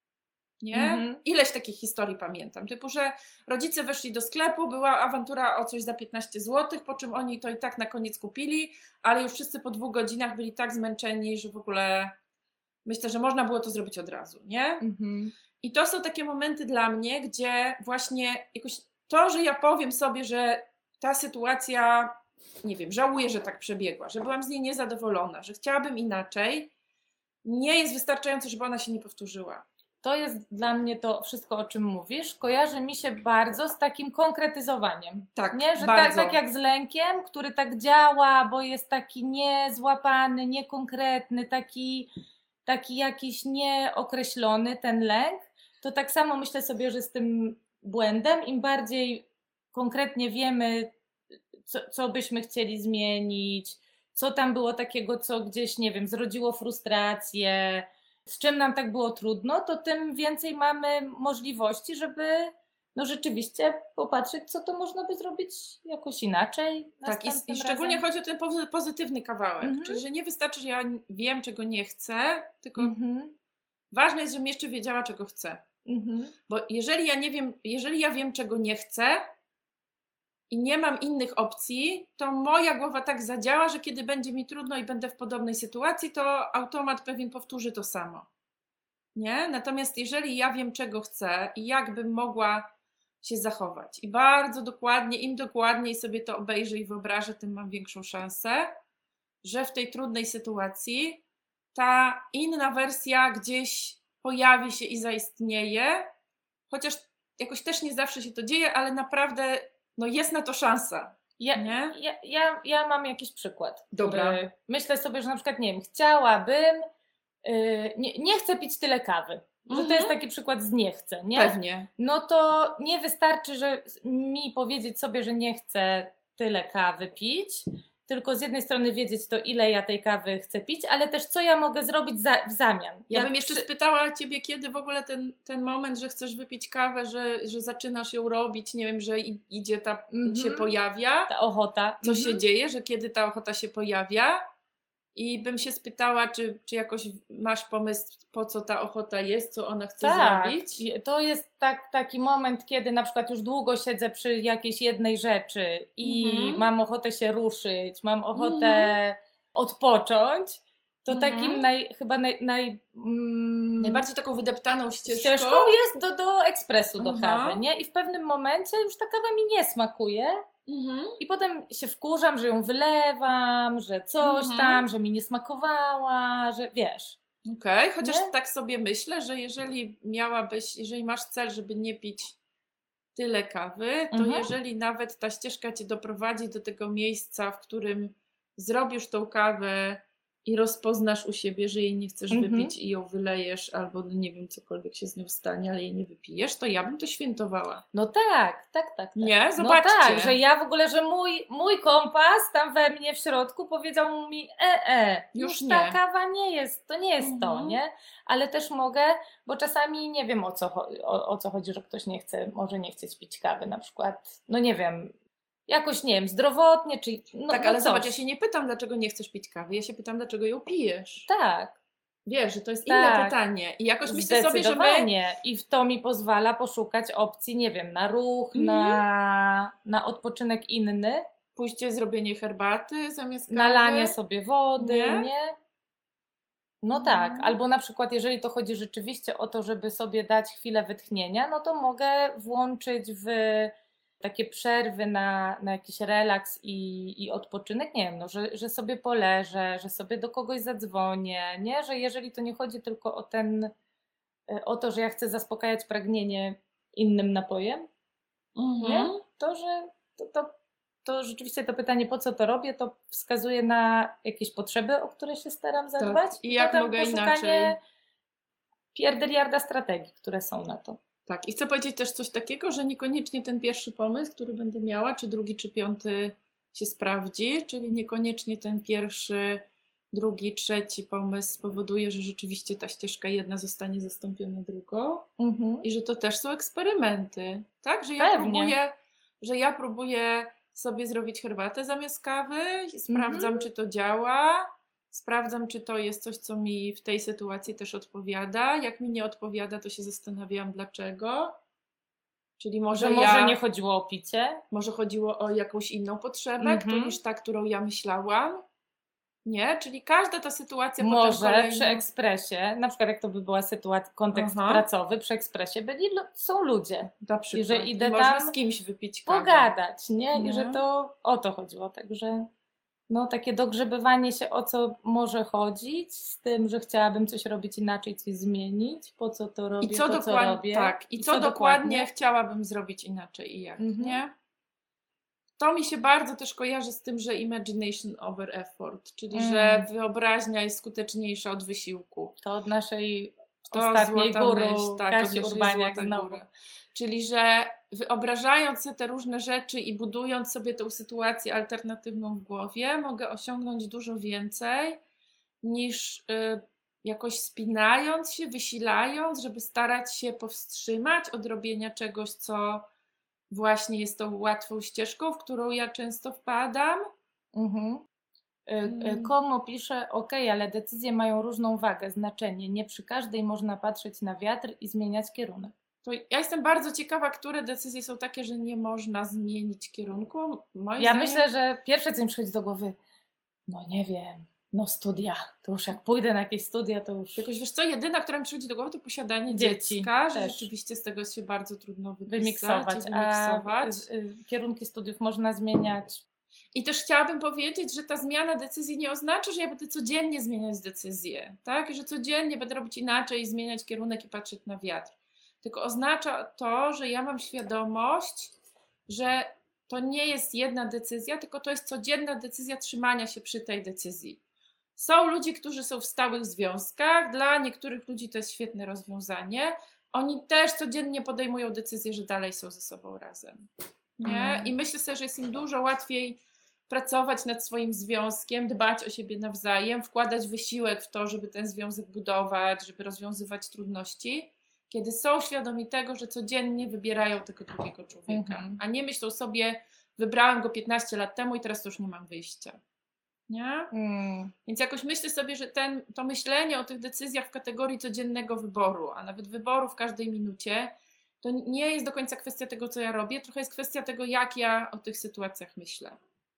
Nie? Mhm. Ileś takich historii pamiętam, typu, że rodzice weszli do sklepu, była awantura o coś za piętnaście złotych, po czym oni to i tak na koniec kupili, ale już wszyscy po dwóch godzinach byli tak zmęczeni, że w ogóle myślę, że można było to zrobić od razu, nie? Mhm. I to są takie momenty dla mnie, gdzie właśnie jakoś to, że ja powiem sobie, że ta sytuacja, nie wiem, żałuję, że tak przebiegła, że byłam z niej niezadowolona, że chciałabym inaczej, nie jest wystarczające, żeby ona się nie powtórzyła. To jest dla mnie to wszystko, o czym mówisz, kojarzy mi się bardzo z takim konkretyzowaniem. Tak, Nie? Że tak, bardzo. tak jak z lękiem, który tak działa, bo jest taki niezłapany, niekonkretny, taki, taki jakiś nieokreślony ten lęk, to tak samo myślę sobie, że z tym błędem, im bardziej konkretnie wiemy, co, co byśmy chcieli zmienić, co tam było takiego, co gdzieś, nie wiem, zrodziło frustrację, z czym nam tak było trudno, to tym więcej mamy możliwości, żeby no rzeczywiście popatrzeć, co to można by zrobić jakoś inaczej. Tak, i, następnym i szczególnie razem. chodzi o ten pozy- pozytywny kawałek, Mhm. czyli że nie wystarczy, że ja wiem, czego nie chcę, tylko Mhm. ważne jest, żebym jeszcze wiedziała, czego chcę. Mhm. Bo jeżeli ja nie wiem, jeżeli ja wiem, czego nie chcę i nie mam innych opcji, to moja głowa tak zadziała, że kiedy będzie mi trudno i będę w podobnej sytuacji, to automat pewien powtórzy to samo. Nie? Natomiast jeżeli ja wiem, czego chcę i jak bym mogła się zachować i bardzo dokładnie, im dokładniej sobie to obejrzę i wyobrażę, tym mam większą szansę, że w tej trudnej sytuacji ta inna wersja gdzieś pojawi się i zaistnieje, chociaż jakoś też nie zawsze się to dzieje, ale naprawdę no jest na to szansa. Ja, Nie? ja, ja, ja mam jakiś przykład. Dobra. który Myślę sobie, że na przykład, nie wiem, chciałabym, yy, nie, nie chcę pić tyle kawy. Że Mhm. to jest taki przykład z nie chcę, nie? Pewnie. No to nie wystarczy, że mi powiedzieć sobie, że nie chcę tyle kawy pić, tylko z jednej strony wiedzieć to, ile ja tej kawy chcę pić, ale też co ja mogę zrobić za, w zamian. Ja Jak bym jeszcze przy- spytała Ciebie, kiedy w ogóle ten, ten moment, że chcesz wypić kawę, że, że zaczynasz ją robić, nie wiem, że i- idzie ta, Mhm. się pojawia, ta ochota. co Mhm. się dzieje, że kiedy ta ochota się pojawia. I bym się spytała, czy, czy jakoś masz pomysł, po co ta ochota jest, co ona chce Tak, zrobić? i to jest tak, taki moment, kiedy na przykład już długo siedzę przy jakiejś jednej rzeczy i Mhm. mam ochotę się ruszyć, mam ochotę Mhm. odpocząć, to Mhm. takim naj, chyba naj, naj, mm, Najbardziej taką wydeptaną ścieżką. ścieżką jest do, do ekspresu, do Aha. kawy, nie? I w pewnym momencie już ta kawa mi nie smakuje Mhm. i potem się wkurzam, że ją wylewam, że coś Mhm. tam, że mi nie smakowała, że wiesz. Okej, chociaż Nie? tak sobie myślę, że jeżeli miałabyś, jeżeli masz cel, żeby nie pić tyle kawy, to Mhm. jeżeli nawet ta ścieżka Cię doprowadzi do tego miejsca, w którym zrobisz tą kawę i rozpoznasz u siebie, że jej nie chcesz Mhm. wypić i ją wylejesz, albo no nie wiem, cokolwiek się z nią stanie, ale jej nie wypijesz, to ja bym to świętowała. No tak, tak, tak. tak. Nie? No Zobaczcie. tak, że ja w ogóle, że mój, mój kompas tam we mnie w środku powiedział mi e, e, Już już nie. ta kawa nie jest, to nie jest to, Mhm. nie? Ale też mogę, bo czasami nie wiem o co, cho- o, o co chodzi, że ktoś nie chce, może nie chcieć pić kawy na przykład, no nie wiem, jakoś nie wiem, zdrowotnie, czy no, Tak, no ale coś. zobacz, ja się nie pytam, dlaczego nie chcesz pić kawy, ja się pytam, dlaczego ją pijesz. Tak, Wiesz, że to jest inne Tak. pytanie. I jakoś myślę sobie, że my... zdecydowanie. I w to mi pozwala poszukać opcji, nie wiem, na ruch, Mhm. na, na odpoczynek inny, Pójście, zrobienie herbaty zamiast kawy. nalanie sobie wody, Nie? nie? No Mhm. tak, albo na przykład jeżeli to chodzi rzeczywiście o to, żeby sobie dać chwilę wytchnienia, no to mogę włączyć w takie przerwy na, na jakiś relaks i, i odpoczynek, nie wiem, no, że, że sobie poleżę, że sobie do kogoś zadzwonię, nie? Że jeżeli to nie chodzi tylko o ten, e, o to, że ja chcę zaspokajać pragnienie innym napojem, nie? Mhm. To, że to, to, to rzeczywiście to pytanie, po co to robię, to wskazuje na jakieś potrzeby, o które się staram zadbać. Tak. I jak potem mogę poszukanie inaczej? pierdyliarda strategii, które są na to. Tak, i chcę powiedzieć też coś takiego, że niekoniecznie ten pierwszy pomysł, który będę miała, czy drugi, czy piąty się sprawdzi, czyli niekoniecznie ten pierwszy, drugi, trzeci pomysł spowoduje, że rzeczywiście ta ścieżka jedna zostanie zastąpiona drugą Mhm. i że to też są eksperymenty, tak? Że ja Pewnie. próbuję, że ja próbuję sobie zrobić herbatę zamiast kawy, sprawdzam, Mhm. czy to działa, sprawdzam, czy to jest coś, co mi w tej sytuacji też odpowiada. Jak mi nie odpowiada, to się zastanawiam, dlaczego. Czyli może, Że ja, może nie chodziło o picie. może chodziło o jakąś inną potrzebę, Mhm. którą- niż ta, którą ja myślałam. Nie? Czyli każda ta sytuacja potem Może kolejno... przy ekspresie, na przykład jak to by była sytuacja, kontekst Aha. pracowy, przy ekspresie byli, lu- są ludzie. Na przykład. I że idę I można tam z kimś wypić kawę. Pogadać, nie? I Nie? że to o to chodziło, także no takie dogrzebywanie się, o co może chodzić, z tym, że chciałabym coś robić inaczej, coś zmienić, po co to robię, I co to dokładnie, co robię. tak, i co, dokładnie chciałabym zrobić inaczej i jak, Mhm. nie? To mi się bardzo też kojarzy z tym, że imagination over effort, czyli Mm. że wyobraźnia jest skuteczniejsza od wysiłku. To od naszej To ostatniej złota guru, myśl, tak, Kasi od naszej Urbaniak złotej znowu. góry. Czyli, że wyobrażając sobie te różne rzeczy i budując sobie tę sytuację alternatywną w głowie, mogę osiągnąć dużo więcej niż y, jakoś spinając się, wysilając, żeby starać się powstrzymać od robienia czegoś, co właśnie jest tą łatwą ścieżką, w którą ja często wpadam. Mhm. Y, y, Mm. Komo pisze, ok, ale decyzje mają różną wagę, znaczenie. Nie przy każdej można patrzeć na wiatr i zmieniać kierunek. To ja jestem bardzo ciekawa, które decyzje są takie, że nie można zmienić kierunku. Moim Ja zdaniem... myślę, że pierwsze, co mi przychodzi do głowy, no nie wiem, no studia. To już jak pójdę na jakieś studia, to już Jakoś, wiesz co, jedyna, która mi przychodzi do głowy, to posiadanie Dzieci dziecka, że też. rzeczywiście z tego jest się bardzo trudno wypisać wymiksować. i wymiksować. A y, y, kierunki studiów można zmieniać. I też chciałabym powiedzieć, że ta zmiana decyzji nie oznacza, że ja będę codziennie zmieniać decyzję, tak? Że codziennie będę robić inaczej, zmieniać kierunek i patrzeć na wiatr. Tylko oznacza to, że ja mam świadomość, że to nie jest jedna decyzja, tylko to jest codzienna decyzja trzymania się przy tej decyzji. Są ludzie, którzy są w stałych związkach, dla niektórych ludzi to jest świetne rozwiązanie. Oni też codziennie podejmują decyzję, że dalej są ze sobą razem. Nie? Mm. I myślę sobie, że jest im dużo łatwiej pracować nad swoim związkiem, dbać o siebie nawzajem, wkładać wysiłek w to, żeby ten związek budować, żeby rozwiązywać trudności, kiedy są świadomi tego, że codziennie wybierają tego drugiego człowieka, Mhm. a nie myślą sobie, wybrałem go piętnaście lat temu i teraz to już nie mam wyjścia. Nie? Mm. Więc jakoś myślę sobie, że ten, to myślenie o tych decyzjach w kategorii codziennego wyboru, a nawet wyboru w każdej minucie, to nie jest do końca kwestia tego, co ja robię, trochę jest kwestia tego, jak ja o tych sytuacjach myślę.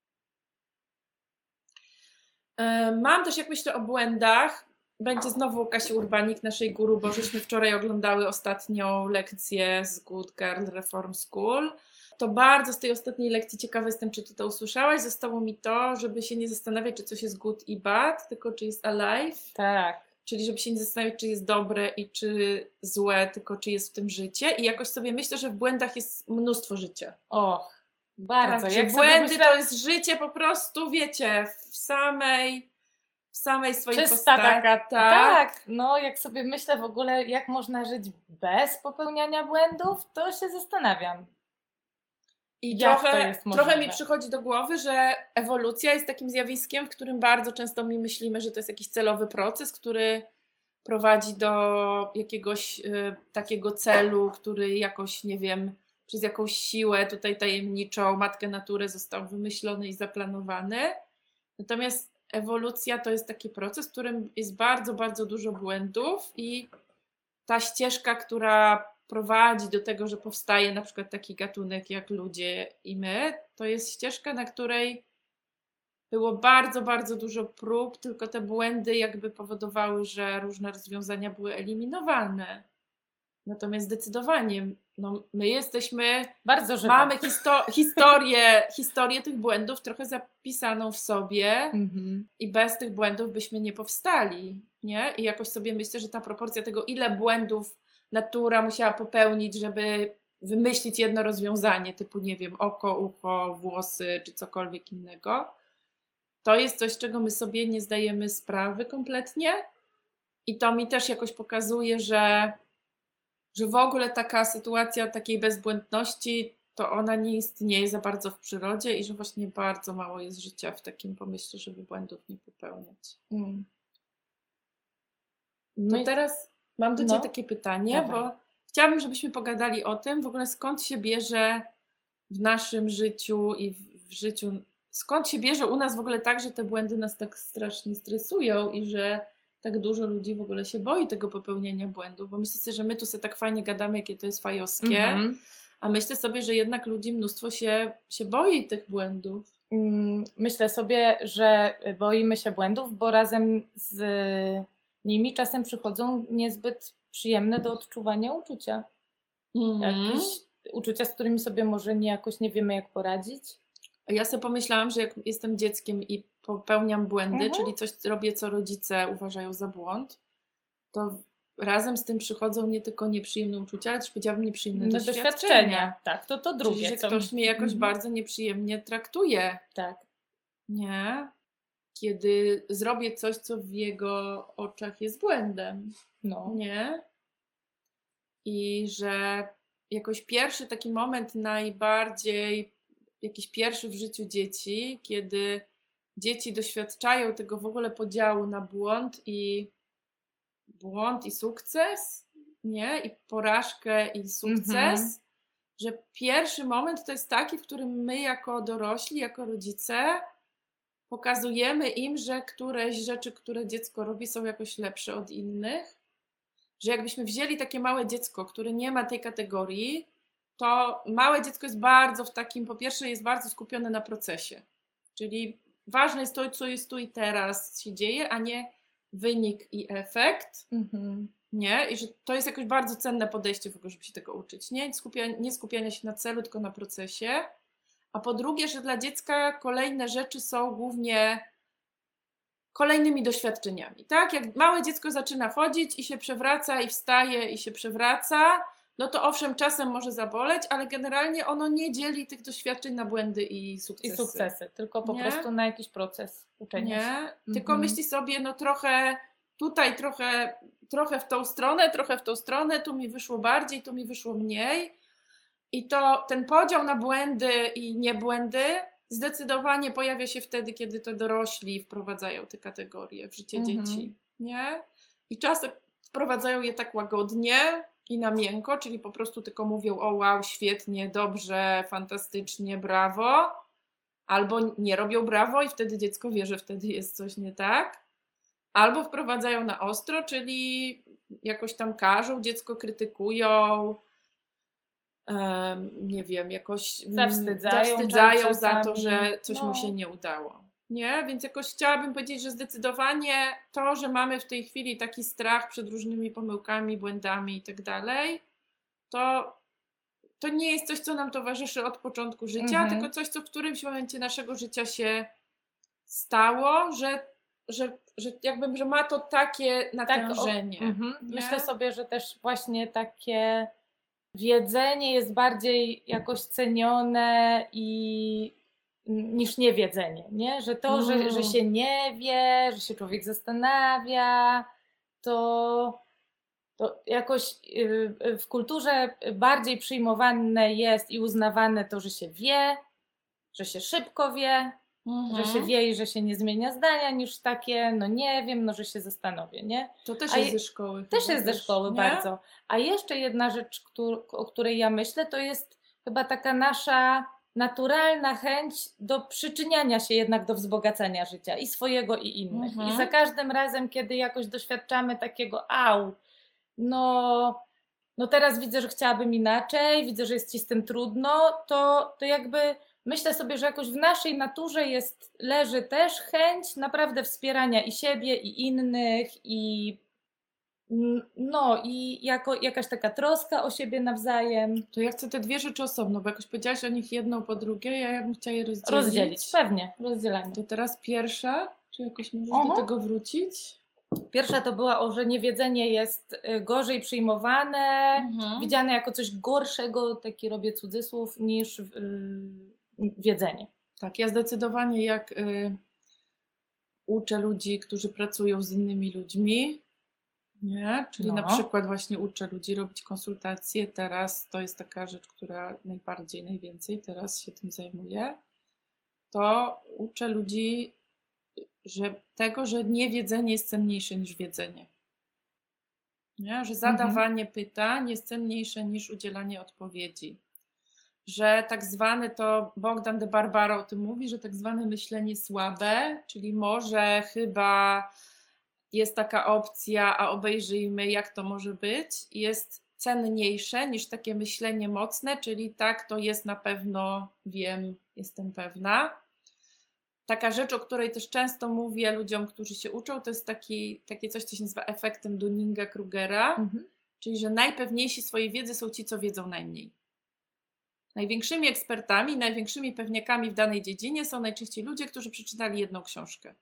Mam też, jak myślę o błędach, będzie znowu Kasia Urbanik, naszej guru, bo żeśmy wczoraj oglądały ostatnią lekcję z Good Girl Reform School. To bardzo z tej ostatniej lekcji ciekawa jestem, czy ty to usłyszałaś. Zostało mi to, żeby się nie zastanawiać, czy coś jest good i bad, tylko czy jest alive. Tak. Czyli żeby się nie zastanawiać, czy jest dobre i czy złe, tylko czy jest w tym życie. I jakoś sobie myślę, że w błędach jest mnóstwo życia. Och, bardzo. Tak, że Jak sobie błędy myślę- to jest życie po prostu, wiecie, w samej, w samej swojej Czysta postaci. taka, tak. tak, no jak sobie myślę w ogóle, jak można żyć bez popełniania błędów, to się zastanawiam. I Jak to trochę, jest trochę mi możliwe? przychodzi do głowy, że ewolucja jest takim zjawiskiem, w którym bardzo często my myślimy, że to jest jakiś celowy proces, który prowadzi do jakiegoś y, takiego celu, który jakoś, nie wiem, przez jakąś siłę tutaj tajemniczą, matkę natury został wymyślony i zaplanowany. Natomiast ewolucja to jest taki proces, w którym jest bardzo, bardzo dużo błędów i ta ścieżka, która prowadzi do tego, że powstaje na przykład taki gatunek jak ludzie i my, to jest ścieżka, na której było bardzo, bardzo dużo prób, tylko te błędy jakby powodowały, że różne rozwiązania były eliminowane. Natomiast zdecydowanie no, my jesteśmy, Bardzo żywe. mamy histo- historię, historię tych błędów trochę zapisaną w sobie Mhm. i bez tych błędów byśmy nie powstali, nie? I jakoś sobie myślę, że ta proporcja tego, ile błędów natura musiała popełnić, żeby wymyślić jedno rozwiązanie, typu, nie wiem, oko, ucho, włosy czy cokolwiek innego, to jest coś, z czego my sobie nie zdajemy sprawy kompletnie i to mi też jakoś pokazuje, że, że w ogóle taka sytuacja takiej bezbłędności, to ona nie istnieje za bardzo w przyrodzie i że właśnie bardzo mało jest życia w takim pomyśle, żeby błędów nie popełniać. Mm. To No i- teraz mam do Ciebie no. takie pytanie, Dawaj. bo chciałabym, żebyśmy pogadali o tym, w ogóle skąd się bierze w naszym życiu i w, w życiu, skąd się bierze u nas w ogóle tak, że te błędy nas tak strasznie stresują i że tak dużo ludzi w ogóle się boi tego popełniania błędów, bo myślę sobie, że my tu sobie tak fajnie gadamy, jakie to jest fajowskie, Mhm. a myślę sobie, że jednak ludzi mnóstwo się, się boi tych błędów. Mm, Myślę sobie, że boimy się błędów, bo razem z nimi czasem przychodzą niezbyt przyjemne do odczuwania uczucia. Jakieś uczucia, z którymi sobie może nie jakoś nie wiemy, jak poradzić. Ja sobie pomyślałam, że jak jestem dzieckiem i popełniam błędy, Mhm. czyli coś robię, co rodzice uważają za błąd, to razem z tym przychodzą nie tylko nieprzyjemne uczucia, ale też powiedziałabym nieprzyjemne No, doświadczenia. doświadczenia. Tak, to to drugie. Czyli, że co- ktoś mnie jakoś Mhm. bardzo nieprzyjemnie traktuje, Tak. nie? Kiedy zrobię coś, co w jego oczach jest błędem, No. nie? I że jakoś pierwszy taki moment najbardziej, jakiś pierwszy w życiu dzieci, kiedy dzieci doświadczają tego w ogóle podziału na błąd i błąd i sukces, nie? I porażkę i sukces, Mhm. że pierwszy moment to jest taki, w którym my jako dorośli, jako rodzice pokazujemy im, że któreś rzeczy, które dziecko robi, są jakoś lepsze od innych. Że jakbyśmy wzięli takie małe dziecko, które nie ma tej kategorii, to małe dziecko jest bardzo w takim, po pierwsze jest bardzo skupione na procesie. Czyli ważne jest to, co jest tu i teraz się dzieje, a nie wynik i efekt. Mhm. Nie? I że to jest jakoś bardzo cenne podejście w ogóle, żeby się tego uczyć. Nie, Skupia, nie skupiania się na celu, tylko na procesie. A po drugie, że dla dziecka kolejne rzeczy są głównie kolejnymi doświadczeniami. Tak? Jak małe dziecko zaczyna chodzić i się przewraca i wstaje i się przewraca, no to owszem, czasem może zaboleć, ale generalnie ono nie dzieli tych doświadczeń na błędy i sukcesy. I sukcesy, tylko po Nie? prostu na jakiś proces uczenia się. Nie? Tylko Mhm. myśli sobie, no trochę tutaj, trochę, trochę w tą stronę, trochę w tą stronę, tu mi wyszło bardziej, tu mi wyszło mniej. I to ten podział na błędy i niebłędy zdecydowanie pojawia się wtedy, kiedy to dorośli wprowadzają te kategorie w życie Mhm. dzieci, nie? I czasem wprowadzają je tak łagodnie i na miękko, czyli po prostu tylko mówią: o wow, świetnie, dobrze, fantastycznie, brawo, albo nie robią brawo i wtedy dziecko wie, że wtedy jest coś nie tak, albo wprowadzają na ostro, czyli jakoś tam karzą, dziecko krytykują, em, nie wiem, jakoś mm, Zawstydzają zawstydzają za to, czasami. że coś No. mu się nie udało. Nie? Więc jakoś chciałabym powiedzieć, że zdecydowanie to, że mamy w tej chwili taki strach przed różnymi pomyłkami, błędami i tak dalej, to, to nie jest coś, co nam towarzyszy od początku życia, Mhm. tylko coś, co w którymś momencie naszego życia się stało, że, że, że jakby, że ma to takie natężenie. Tak, o, mhm. nie? Myślę sobie, że też właśnie takie wiedzenie jest bardziej jakoś cenione i niż niewiedzenie, nie? Że to, że, Mm. że się nie wie, że się człowiek zastanawia, to, to jakoś y, y, w kulturze bardziej przyjmowane jest i uznawane to, że się wie, że się szybko wie, Mhm. że się wie i że się nie zmienia zdania, niż takie, no nie wiem, no że się zastanowię, nie? To też A jest je- ze szkoły. Też chyba, jest ze wiesz, szkoły nie? bardzo. A jeszcze jedna rzecz, któr- o której ja myślę, to jest chyba taka nasza naturalna chęć do przyczyniania się jednak do wzbogacania życia i swojego, i innych. Mhm. I za każdym razem, kiedy jakoś doświadczamy takiego au, no, no teraz widzę, że chciałabym inaczej, widzę, że jest ci z tym trudno, to, to jakby myślę sobie, że jakoś w naszej naturze jest, leży też chęć naprawdę wspierania i siebie, i innych, i no i jako, jakaś taka troska o siebie nawzajem. To ja chcę te dwie rzeczy osobno, bo jakoś powiedziałaś o nich jedną po drugiej, ja bym chciała je rozdzielić. Rozdzielić, pewnie, rozdzielamy. To teraz pierwsza, czy jakoś możesz Aha. do tego wrócić? Pierwsza to była o, że niewiedzenie jest y, gorzej przyjmowane, Mhm. widziane jako coś gorszego, taki robię cudzysłów, niż y, wiedzenie. Tak, ja zdecydowanie jak y, uczę ludzi, którzy pracują z innymi ludźmi, nie? Czyli No. na przykład właśnie uczę ludzi robić konsultacje, teraz to jest taka rzecz, która najbardziej, najwięcej teraz się tym zajmuje, to uczę ludzi że tego, że niewiedzenie jest cenniejsze niż wiedzenie. Nie? Że zadawanie mhm. pytań jest cenniejsze niż udzielanie odpowiedzi. Że tak zwane, to Bogdan de Barbaro o tym mówi, że tak zwane myślenie słabe, czyli może chyba jest taka opcja, a obejrzyjmy, jak to może być, jest cenniejsze niż takie myślenie mocne, czyli tak, to jest na pewno, wiem, jestem pewna. Taka rzecz, o której też często mówię ludziom, którzy się uczą, to jest taki, takie coś, co się nazywa efektem Dunninga-Krugera, mhm. czyli że najpewniejsi swojej wiedzy są ci, co wiedzą najmniej. Największymi ekspertami, największymi pewniakami w danej dziedzinie są najczęściej ludzie, którzy przeczytali jedną książkę.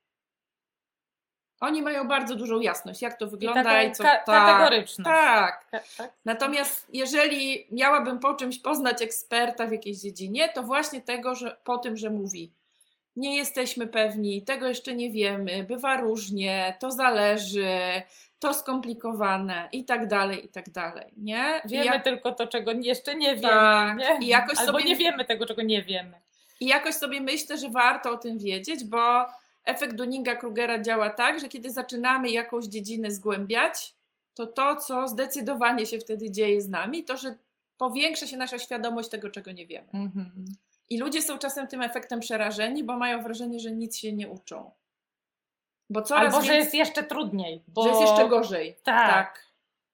Oni mają bardzo dużą jasność, jak to wygląda i, i co... Ka- kategoryczność. Tak, Ka- tak. Natomiast jeżeli miałabym po czymś poznać eksperta w jakiejś dziedzinie, to właśnie tego, że po tym, że mówi: nie jesteśmy pewni, tego jeszcze nie wiemy, bywa różnie, to zależy, to skomplikowane i tak dalej, i tak dalej, nie? Wiemy jak... tylko to, czego jeszcze nie wiemy, tak. nie? I jakoś Albo sobie... nie wiemy tego, czego nie wiemy. I jakoś sobie myślę, że warto o tym wiedzieć, bo efekt Dunninga-Krugera działa tak, że kiedy zaczynamy jakąś dziedzinę zgłębiać, to to, co zdecydowanie się wtedy dzieje z nami, to, że powiększa się nasza świadomość tego, czego nie wiemy. Mhm. I ludzie są czasem tym efektem przerażeni, bo mają wrażenie, że nic się nie uczą. Bo coraz Albo, więcej... że jest jeszcze trudniej. Bo... Że jest jeszcze gorzej. Tak. tak.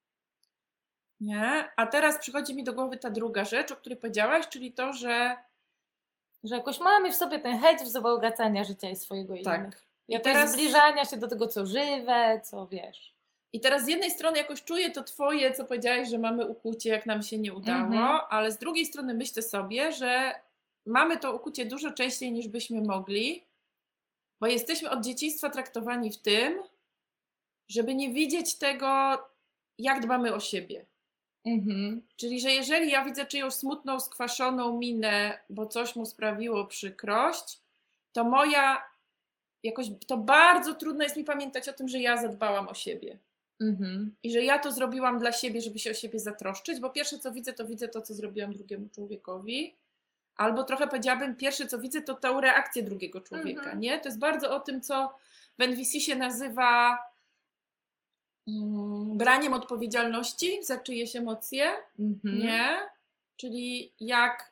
Nie? A teraz przychodzi mi do głowy ta druga rzecz, o której powiedziałaś, czyli to, że... Że jakoś mamy w sobie ten chęć wzbogacania życia i swojego i tak. innych. I teraz zbliżania się do tego, co żywe, co wiesz. I teraz z jednej strony jakoś czuję to twoje, co powiedziałaś, że mamy ukłucie, jak nam się nie udało, mhm. ale z drugiej strony myślę sobie, że mamy to ukłucie dużo częściej niż byśmy mogli, bo jesteśmy od dzieciństwa traktowani w tym, żeby nie widzieć tego, jak dbamy o siebie. Mhm. Czyli, że jeżeli ja widzę czyjąś smutną, skwaszoną minę, bo coś mu sprawiło przykrość, to moja, jakoś to bardzo trudno jest mi pamiętać o tym, że ja zadbałam o siebie. Mhm. I że ja to zrobiłam dla siebie, żeby się o siebie zatroszczyć, bo pierwsze co widzę, to widzę to, co zrobiłam drugiemu człowiekowi, Albo trochę powiedziałabym, pierwsze co widzę, to tę reakcję drugiego człowieka, Mhm. nie? To jest bardzo o tym, co w N V C się nazywa mm, braniem odpowiedzialności za czyjeś emocje, Mhm. nie? Czyli jak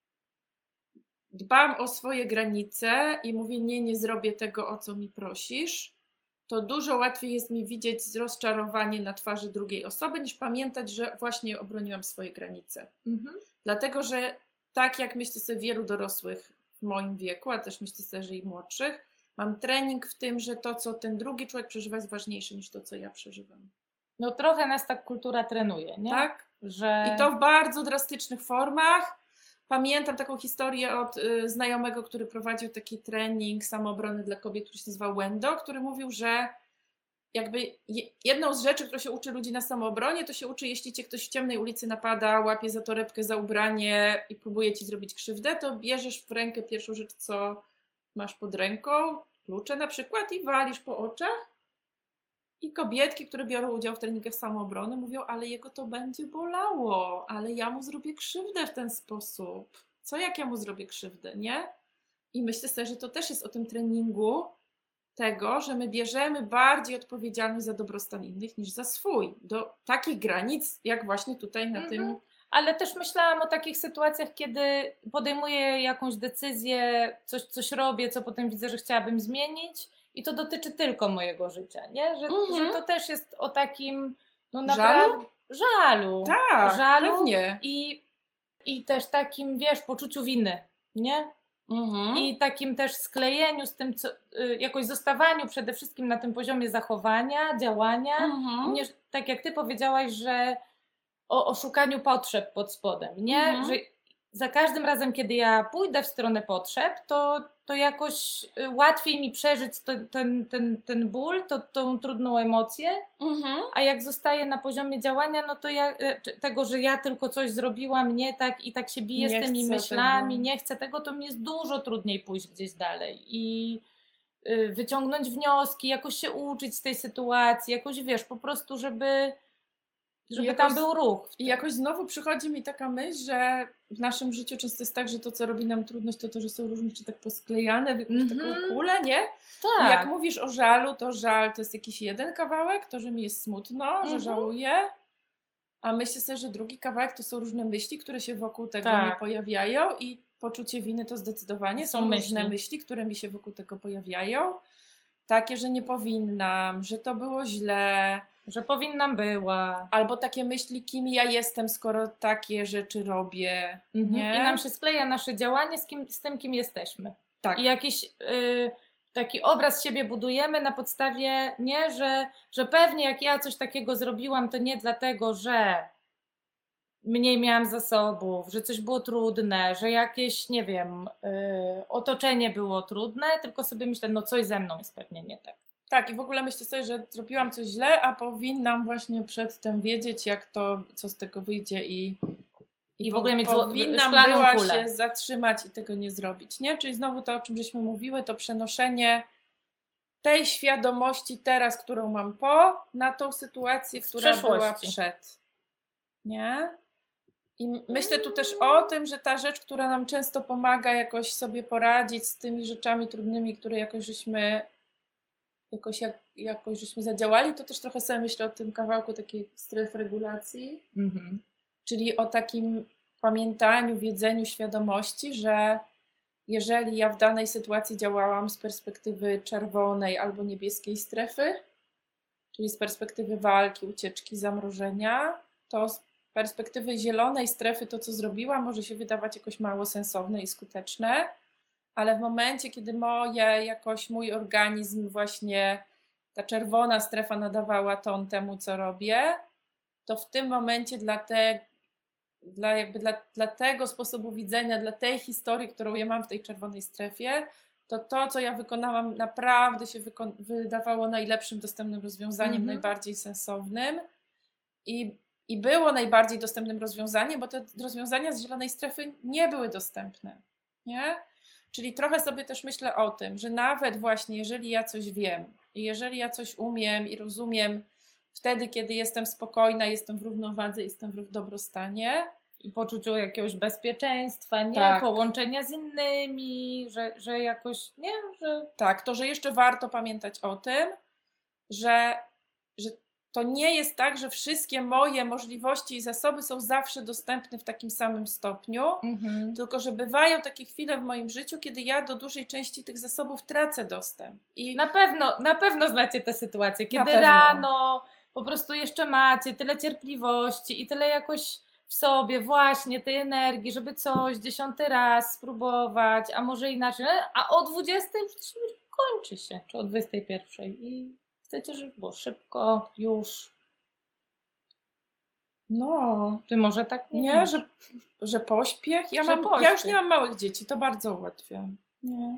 dbam o swoje granice i mówię, nie, nie zrobię tego, o co mi prosisz, to dużo łatwiej jest mi widzieć rozczarowanie na twarzy drugiej osoby, niż pamiętać, że właśnie obroniłam swoje granice. Mhm. Dlatego, że tak jak myślę sobie wielu dorosłych w moim wieku, a też myślę sobie, że i młodszych, mam trening w tym, że to, co ten drugi człowiek przeżywa, jest ważniejsze niż to, co ja przeżywam. No trochę nas tak kultura trenuje, nie? Tak? Że... I to w bardzo drastycznych formach. Pamiętam taką historię od y, znajomego, który prowadził taki trening samoobrony dla kobiet, który się nazywał Wendo, który mówił, że jakby je, jedną z rzeczy, którą się uczy ludzi na samoobronie, to się uczy, jeśli cię ktoś w ciemnej ulicy napada, łapie za torebkę, za ubranie i próbuje ci zrobić krzywdę, to bierzesz w rękę pierwszą rzecz, co masz pod ręką, klucze na przykład, i walisz po oczach. I kobietki, które biorą udział w treningach samoobrony, mówią, ale jego to będzie bolało, ale ja mu zrobię krzywdę w ten sposób. Co jak ja mu zrobię krzywdę, nie? I myślę sobie, że to też jest o tym treningu tego, że my bierzemy bardziej odpowiedzialność za dobrostan innych niż za swój. Do takich granic, jak właśnie tutaj na Mhm. tym. Ale też myślałam o takich sytuacjach, kiedy podejmuję jakąś decyzję, coś, coś robię, co potem widzę, że chciałabym zmienić i to dotyczy tylko mojego życia, nie? Że, Mhm. że to też jest o takim no Żalu? naprawdę żalu, Tak, żalu pewnie. i, i też takim, wiesz, poczuciu winy, nie? Mhm. I takim też sklejeniu z tym, co, y, jakoś zostawaniu przede wszystkim na tym poziomie zachowania, działania, Mhm. nie, tak jak ty powiedziałaś, że o, o szukaniu potrzeb pod spodem, nie? Mhm. Że za każdym razem, kiedy ja pójdę w stronę potrzeb, to, to jakoś y, łatwiej mi przeżyć to, ten, ten, ten ból, to, tą trudną emocję, Mhm. a jak zostaję na poziomie działania, no to ja, y, czy- tego, że ja tylko coś zrobiłam nie tak i tak się biję Nie z tymi chcę myślami, tego. nie chcę tego, to mi jest dużo trudniej pójść gdzieś dalej i y, wyciągnąć wnioski, jakoś się uczyć z tej sytuacji, jakoś wiesz, po prostu, żeby, żeby jakoś- tam był ruch. I jakoś znowu przychodzi mi taka myśl, że w naszym życiu często jest tak, że to, co robi nam trudność, to to, że są różne rzeczy tak posklejane w jakąś Mhm. taką kulę, nie? Tak. I jak mówisz o żalu, to żal to jest jakiś jeden kawałek, to, że mi jest smutno, że Mhm. żałuję, a myślę sobie, że drugi kawałek to są różne myśli, które się wokół tego Tak. mi pojawiają, i poczucie winy to zdecydowanie Są są myśli. różne myśli, które mi się wokół tego pojawiają. Takie, że nie powinnam, że to było źle, Że powinnam była. albo takie myśli, kim ja jestem, skoro takie rzeczy robię. Mhm. Nie? I nam się skleja nasze działanie z, kim, z tym, kim jesteśmy. Tak. I jakiś y, taki obraz siebie budujemy na podstawie, nie, że, że pewnie jak ja coś takiego zrobiłam, to nie dlatego, że mniej miałam zasobów, że coś było trudne, że jakieś, nie wiem, y, otoczenie było trudne, tylko sobie myślę, no coś ze mną jest pewnie nie tak. Tak, i w ogóle myślę sobie, że zrobiłam coś źle, a powinnam właśnie przedtem wiedzieć, jak to, co z tego wyjdzie, i, I w ogóle mieć zło- powinnam szklaną była kulę. się zatrzymać i tego nie zrobić, nie? Czyli znowu to, o czym żeśmy mówiły, to przenoszenie tej świadomości teraz, którą mam po, na tą sytuację, Z która była przeszłości. przed. Nie? I myślę tu też o tym, że ta rzecz, która nam często pomaga jakoś sobie poradzić z tymi rzeczami trudnymi, które jakoś żeśmy jakoś, jak, jakoś żeśmy zadziałali, to też trochę sobie myślę o tym kawałku takiej stref regulacji, Mhm. czyli o takim pamiętaniu, wiedzeniu, świadomości, że jeżeli ja w danej sytuacji działałam z perspektywy czerwonej albo niebieskiej strefy, czyli z perspektywy walki, ucieczki, zamrożenia, to z perspektywy zielonej strefy to, co zrobiłam, może się wydawać jakoś mało sensowne i skuteczne, ale w momencie, kiedy moje, jakoś mój organizm, właśnie ta czerwona strefa nadawała ton temu, co robię, to w tym momencie dla, te, dla, jakby dla, dla tego sposobu widzenia, dla tej historii, którą ja mam w tej czerwonej strefie, to to, co ja wykonałam, naprawdę się wyko- wydawało najlepszym dostępnym rozwiązaniem, Mhm. najbardziej sensownym. I, I było najbardziej dostępnym rozwiązaniem, bo te rozwiązania z zielonej strefy nie były dostępne. Nie? Czyli trochę sobie też myślę o tym, że nawet właśnie jeżeli ja coś wiem i jeżeli ja coś umiem i rozumiem wtedy, kiedy jestem spokojna, jestem w równowadze, jestem w dobrostanie, poczuciu jakiegoś bezpieczeństwa, nie? Tak. Połączenia z innymi, że, że jakoś, nie? Że... Tak, to, że jeszcze warto pamiętać o tym, że, że to nie jest tak, że wszystkie moje możliwości i zasoby są zawsze dostępne w takim samym stopniu, Mhm. tylko że bywają takie chwile w moim życiu, kiedy ja do dużej części tych zasobów tracę dostęp. I Na pewno, na pewno znacie tę sytuację, kiedy pewno. rano po prostu jeszcze macie tyle cierpliwości i tyle jakoś w sobie właśnie tej energii, żeby coś dziesiąty raz spróbować, a może inaczej, a o dwudziestej kończy się, czy o dwudziestej pierwszej i chcecie, żeby było szybko, już. no, Ty może tak nie, nie, masz. że, że pośpiech. Ja, Że mam, ja już pośpiech. nie mam małych dzieci, to bardzo ułatwia. Nie.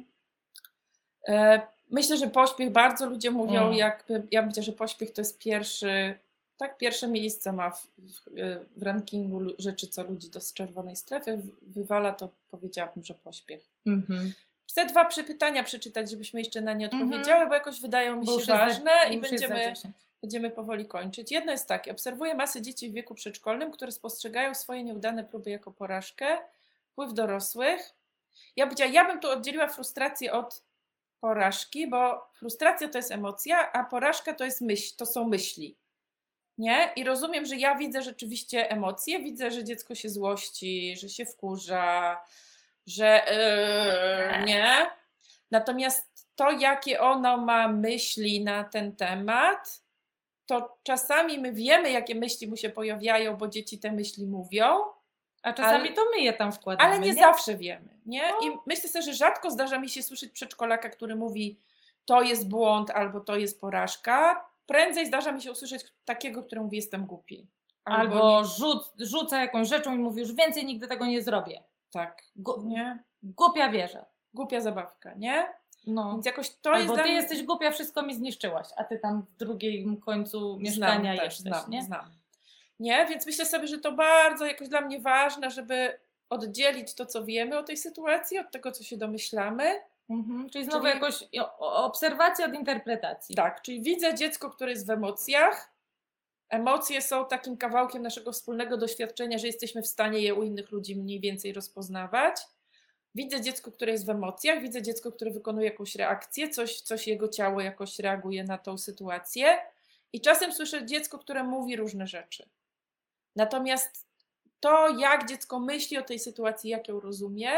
E, myślę, że pośpiech bardzo ludzie mówią, Mm. jakby, ja myślę, że pośpiech to jest pierwszy, tak, pierwsze miejsce ma w, w, w rankingu lu- rzeczy, co ludzi do czerwonej strefy w- wywala, to powiedziałabym, że pośpiech. Mhm. Chcę dwa przypytania przeczytać, żebyśmy jeszcze na nie Mhm. odpowiedziały, bo jakoś wydają mi Bo się już jest za- ważne bo i już jest za będziemy, dziesięć. będziemy powoli kończyć. Jedno jest takie, obserwuję masę dzieci w wieku przedszkolnym, które spostrzegają swoje nieudane próby jako porażkę, wpływ dorosłych. Ja, powiedziała, ja bym tu oddzieliła frustrację od porażki, bo frustracja to jest emocja, a porażka to jest myśl, to są myśli. Nie? I rozumiem, że ja widzę rzeczywiście emocje, widzę, że dziecko się złości, że się wkurza, że yy, nie. Natomiast to, jakie ono ma myśli na ten temat, to czasami my wiemy, jakie myśli mu się pojawiają, bo dzieci te myśli mówią, A czasami ale- to my je tam wkładamy, ale nie, nie? zawsze wiemy, nie? No. I myślę sobie, że rzadko zdarza mi się słyszeć przedszkolaka, który mówi, to jest błąd albo to jest porażka. Prędzej zdarza mi się usłyszeć takiego, który mówi, jestem głupi. Albo nie, rzuc, rzuca jakąś rzeczą i mówi, już więcej nigdy tego nie zrobię. tak, Gu- nie? Głupia wierzę. Głupia zabawka, nie? No. Więc jakoś to Albo jest ty dla mnie... jesteś głupia, wszystko mi zniszczyłaś, a ty tam w drugim końcu Znam mieszkania też, jesteś, znam, nie? znam. Nie? Więc myślę sobie, że to bardzo jakoś dla mnie ważne, żeby oddzielić to, co wiemy o tej sytuacji, od tego, co się domyślamy. Mhm. Czyli znowu Czyli- jakoś o- o- obserwacja od interpretacji. Tak, czyli widzę dziecko, które jest w emocjach. Emocje są takim kawałkiem naszego wspólnego doświadczenia, że jesteśmy w stanie je u innych ludzi mniej więcej rozpoznawać. Widzę dziecko, które jest w emocjach, widzę dziecko, które wykonuje jakąś reakcję, coś, coś jego ciało jakoś reaguje na tą sytuację. I czasem słyszę dziecko, które mówi różne rzeczy. Natomiast to, jak dziecko myśli o tej sytuacji, jak ją rozumie,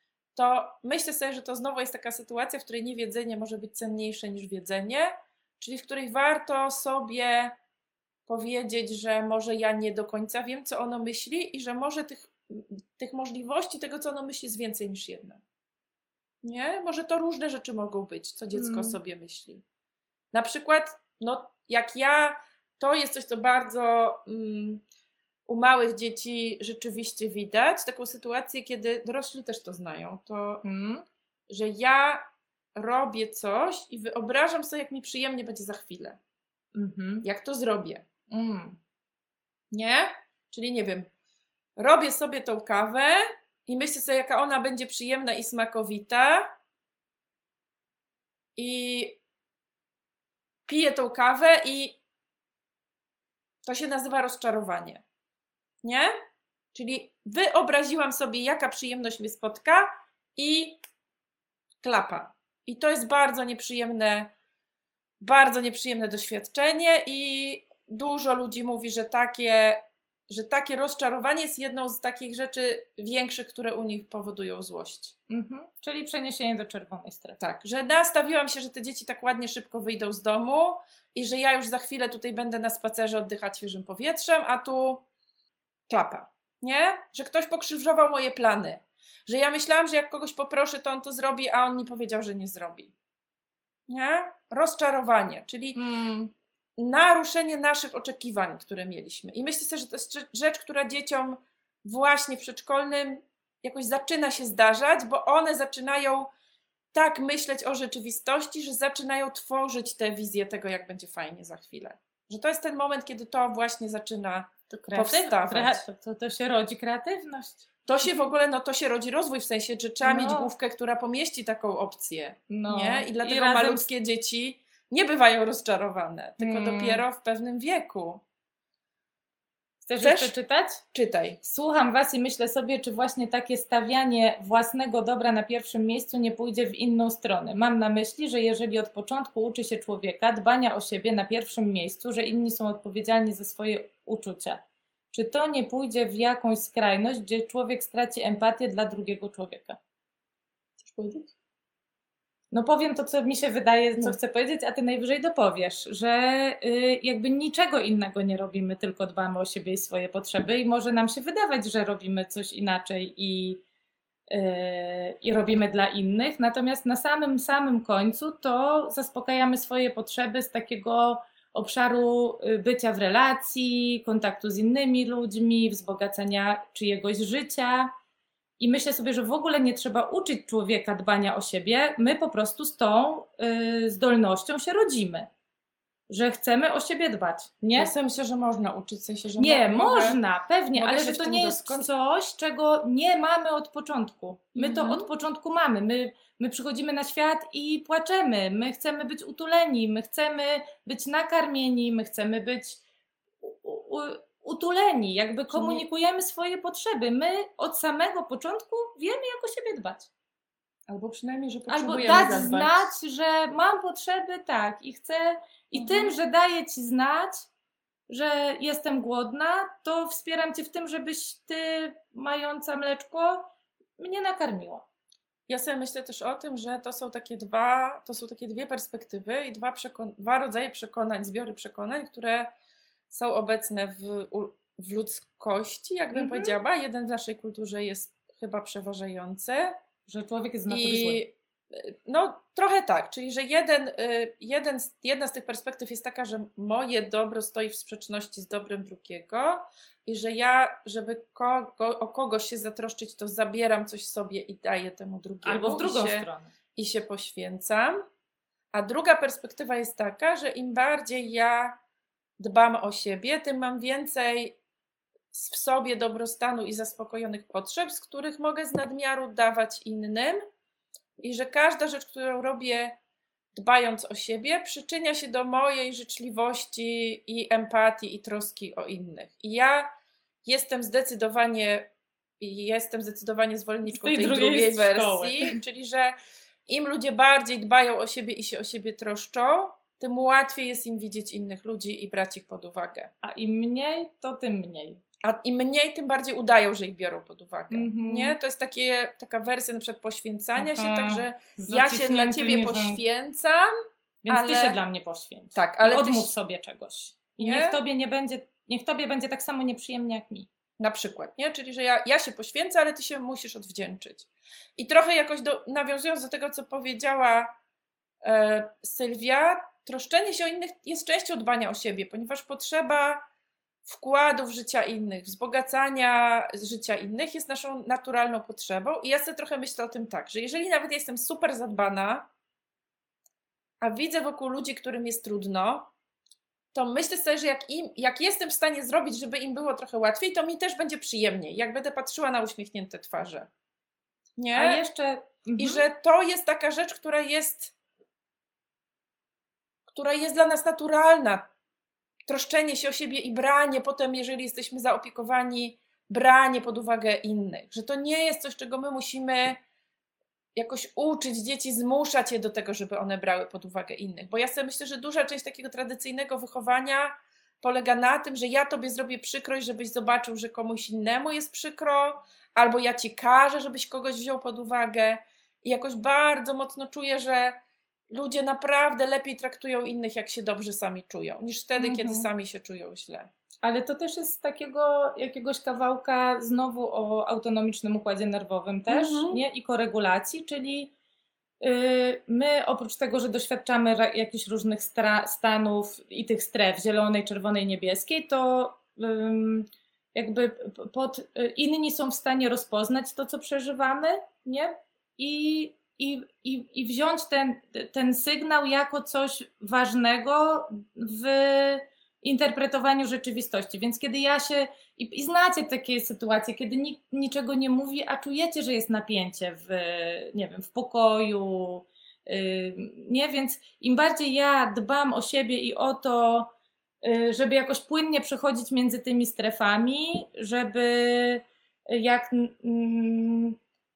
to myślę sobie, że to znowu jest taka sytuacja, w której niewiedzenie może być cenniejsze niż wiedzenie, czyli w której warto sobie powiedzieć, że może ja nie do końca wiem, co ono myśli i że może tych, tych możliwości tego, co ono myśli, jest więcej niż jedna. Nie? Może to różne rzeczy mogą być, co dziecko Mm. sobie myśli. Na przykład, no jak ja, to jest coś, co bardzo mm, u małych dzieci rzeczywiście widać, taką sytuację, kiedy dorośli też to znają, to Mhm. że ja robię coś i wyobrażam sobie, jak mi przyjemnie będzie za chwilę. Mhm. Jak to zrobię. Mm. Nie? Czyli nie wiem, robię sobie tą kawę i myślę sobie, jaka ona będzie przyjemna i smakowita i piję tą kawę i to się nazywa rozczarowanie. Nie? Czyli wyobraziłam sobie, jaka przyjemność mnie spotka i klapa. I to jest bardzo nieprzyjemne, bardzo nieprzyjemne doświadczenie i dużo ludzi mówi, że takie, że takie rozczarowanie jest jedną z takich rzeczy większych, które u nich powodują złość. Mhm. Czyli przeniesienie do czerwonej strefy. Tak, że nastawiłam się, że te dzieci tak ładnie szybko wyjdą z domu i że ja już za chwilę tutaj będę na spacerze oddychać świeżym powietrzem, a tu klapa, nie? Że ktoś pokrzyżował moje plany, że ja myślałam, że jak kogoś poproszę, to on to zrobi, a on mi powiedział, że nie zrobi. Nie? Rozczarowanie, czyli Mm. naruszenie naszych oczekiwań, które mieliśmy. I myślę sobie, że to jest rzecz, która dzieciom właśnie w przedszkolnym jakoś zaczyna się zdarzać, bo one zaczynają tak myśleć o rzeczywistości, że zaczynają tworzyć tę wizję tego, jak będzie fajnie za chwilę. Że to jest ten moment, kiedy to właśnie zaczyna To, powstawać. krea- to, to się rodzi kreatywność. To się w ogóle, no to się rodzi rozwój, w sensie, że trzeba No. mieć główkę, która pomieści taką opcję. No. Nie? I dlatego razem z- malutkie dzieci nie bywają rozczarowane, tylko Mm. dopiero w pewnym wieku. Chcesz, Chcesz? jeszcze czytać? Czytaj. Słucham Was i myślę sobie, czy właśnie takie stawianie własnego dobra na pierwszym miejscu nie pójdzie w inną stronę. Mam na myśli, że jeżeli od początku uczy się człowieka dbania o siebie na pierwszym miejscu, że inni są odpowiedzialni za swoje uczucia, czy to nie pójdzie w jakąś skrajność, gdzie człowiek straci empatię dla drugiego człowieka? Chcesz powiedzieć? No powiem to, co mi się wydaje, co No. chcę powiedzieć, a ty najwyżej dopowiesz, że y, jakby niczego innego nie robimy, tylko dbamy o siebie i swoje potrzeby i może nam się wydawać, że robimy coś inaczej i, y, i robimy dla innych, natomiast na samym, samym końcu to zaspokajamy swoje potrzeby z takiego obszaru y, bycia w relacji, kontaktu z innymi ludźmi, wzbogacenia czyjegoś życia. I myślę sobie, że w ogóle nie trzeba uczyć człowieka dbania o siebie. My po prostu z tą y, zdolnością się rodzimy, że chcemy o siebie dbać. Nie, Ja sobie myślę, że można uczyć, w sensie, że nie mo- mogę- można, pewnie, mogę ale się że w to tym nie jest doskon- coś, czego nie mamy od początku. My to Mhm. od początku mamy. My, my przychodzimy na świat i płaczemy. My chcemy być utuleni, my chcemy być nakarmieni, my chcemy być u, u, utuleni, jakby komunikujemy swoje potrzeby. My od samego początku wiemy, jak o siebie dbać. Albo przynajmniej, że Albo potrzebujemy dać zadbać. znać, że mam potrzeby, tak, i chcę, i Mhm. tym, że daję ci znać, że jestem głodna, to wspieram cię w tym, żebyś ty, mająca mleczko, mnie nakarmiła. Ja sobie myślę też o tym, że to są takie dwa, to są takie dwie perspektywy i dwa, przekon- dwa rodzaje przekonań, zbiory przekonań, które są obecne w, u- w ludzkości, jakbym Mhm. powiedziała. Jeden w naszej kulturze jest chyba przeważający. Że człowiek jest z natury zły. I y, no trochę tak, czyli że jeden, y, jeden, z- jedna z tych perspektyw jest taka, że moje dobro stoi w sprzeczności z dobrem drugiego i że ja, żeby kogo, o kogoś się zatroszczyć, to zabieram coś sobie i daję temu drugiemu. Albo w drugą i się, stronę. i się poświęcam. A druga perspektywa jest taka, że im bardziej ja dbam o siebie, tym mam więcej w sobie dobrostanu i zaspokojonych potrzeb, z których mogę z nadmiaru dawać innym i że każda rzecz, którą robię dbając o siebie, przyczynia się do mojej życzliwości i empatii i troski o innych. I ja jestem zdecydowanie jestem zdecydowanie zwolenniczką tej tej drugiej drugiej szkoły. wersji, czyli że im ludzie bardziej dbają o siebie i się o siebie troszczą, tym łatwiej jest im widzieć innych ludzi i brać ich pod uwagę. A im mniej, to tym mniej. A im mniej, tym bardziej udają, że ich biorą pod uwagę. Mhm. Nie? To jest takie, taka wersja na przykład poświęcania się, Aha. także ja się dla Zaciśniętymi ciebie wą- poświęcam, Więc ale- ty się dla mnie poświęć. tak, ale ty Odmów się- sobie czegoś. I Nie? niech tobie nie będzie, niech tobie będzie tak samo nieprzyjemnie jak mi. na przykład, nie? Czyli że ja, ja się poświęcę, ale ty się musisz odwdzięczyć. I trochę jakoś do, nawiązując do tego, co powiedziała e, Sylwia, troszczenie się o innych jest częścią dbania o siebie, ponieważ potrzeba wkładu w życia innych, wzbogacania życia innych jest naszą naturalną potrzebą i ja sobie trochę myślę o tym tak, że jeżeli nawet jestem super zadbana, a widzę wokół ludzi, którym jest trudno, to myślę sobie, że jak, im, jak jestem w stanie zrobić, żeby im było trochę łatwiej, to mi też będzie przyjemniej, jak będę patrzyła na uśmiechnięte twarze. Nie? A jeszcze... I Mhm. że to jest taka rzecz, która jest, która jest dla nas naturalna. Troszczenie się o siebie i branie potem, jeżeli jesteśmy zaopiekowani, branie pod uwagę innych. Że to nie jest coś, czego my musimy jakoś uczyć dzieci, zmuszać je do tego, żeby one brały pod uwagę innych. Bo ja sobie myślę, że duża część takiego tradycyjnego wychowania polega na tym, że ja tobie zrobię przykrość, żebyś zobaczył, że komuś innemu jest przykro, albo ja ci każę, żebyś kogoś wziął pod uwagę. I jakoś bardzo mocno czuję, że ludzie naprawdę lepiej traktują innych, jak się dobrze sami czują, niż wtedy, Mhm. kiedy sami się czują źle. Ale to też jest z takiego jakiegoś kawałka znowu o autonomicznym układzie nerwowym też, Mhm. nie? I koregulacji, czyli yy, my oprócz tego, że doświadczamy ra- jakichś różnych stra- stanów i tych stref zielonej, czerwonej, niebieskiej, to ym, jakby p- pod, y, inni są w stanie rozpoznać to, co przeżywamy, nie? I, i, i, i wziąć ten, ten sygnał jako coś ważnego w interpretowaniu rzeczywistości. Więc kiedy ja się, i, i znacie takie sytuacje, kiedy nikt niczego nie mówi, a czujecie, że jest napięcie w, nie wiem, w pokoju, yy, nie? Więc im bardziej ja dbam o siebie i o to, y, żeby jakoś płynnie przechodzić między tymi strefami, żeby jak mm,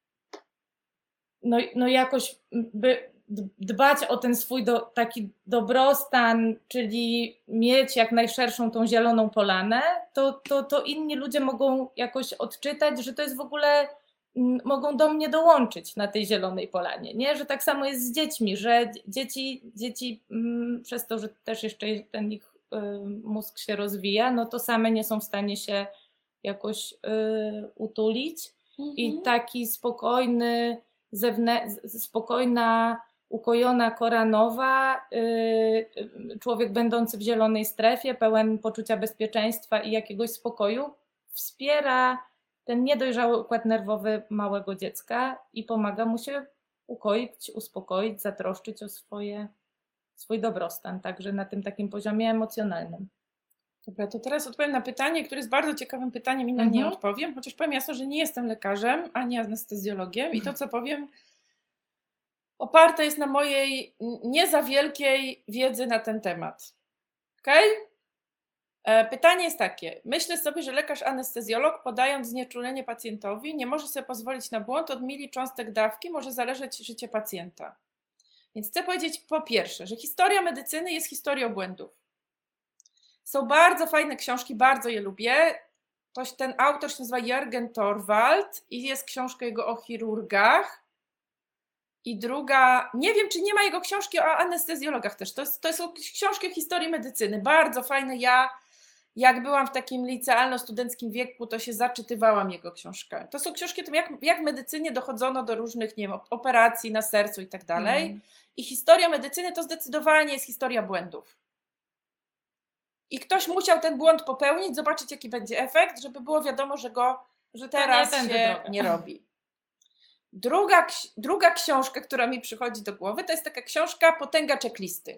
no, no jakoś by dbać o ten swój do, taki dobrostan, czyli mieć jak najszerszą tą zieloną polanę, to, to, to inni ludzie mogą jakoś odczytać, że to jest w ogóle, m, mogą do mnie dołączyć na tej zielonej polanie, nie? Że tak samo jest z dziećmi, że dzieci, dzieci m, przez to, że też jeszcze ten ich y, mózg się rozwija, no to same nie są w stanie się jakoś y, utulić Mhm. i taki spokojny, zewnę- spokojna, ukojona kora nowa, yy, człowiek będący w zielonej strefie, pełen poczucia bezpieczeństwa i jakiegoś spokoju, wspiera ten niedojrzały układ nerwowy małego dziecka i pomaga mu się ukoić, uspokoić, zatroszczyć o swoje, swój dobrostan, także na tym takim poziomie emocjonalnym. Dobra, to teraz odpowiem na pytanie, które jest bardzo ciekawym pytaniem i na nie Mhm. odpowiem, chociaż powiem jasno, że nie jestem lekarzem, ani anestezjologiem i to, co powiem, oparte jest na mojej nie za wielkiej wiedzy na ten temat. Okej? E, Pytanie jest takie. Myślę sobie, że lekarz anestezjolog, podając znieczulenie pacjentowi, nie może sobie pozwolić na błąd, od milicząstek dawki może zależeć życie pacjenta. Więc chcę powiedzieć po pierwsze, że historia medycyny jest historią błędów. Są bardzo fajne książki, bardzo je lubię. Toś, ten autor się nazywa Jürgen Torwald i jest książka jego o chirurgach. I druga, nie wiem, czy nie ma jego książki o anestezjologach też. To, jest, to są książki o historii medycyny, bardzo fajne. Ja, jak byłam w takim licealno-studenckim wieku, to się zaczytywałam jego książkę. To są książki o tym, jak, jak w medycynie dochodzono do różnych, nie wiem, operacji na sercu i tak dalej. Mm. I historia medycyny to zdecydowanie jest historia błędów. I ktoś musiał ten błąd popełnić, zobaczyć, jaki będzie efekt, żeby było wiadomo, że go Że to teraz nie tędy się droga. nie robi. Druga, ksi- druga książka, która mi przychodzi do głowy, to jest taka książka Potęga checklisty.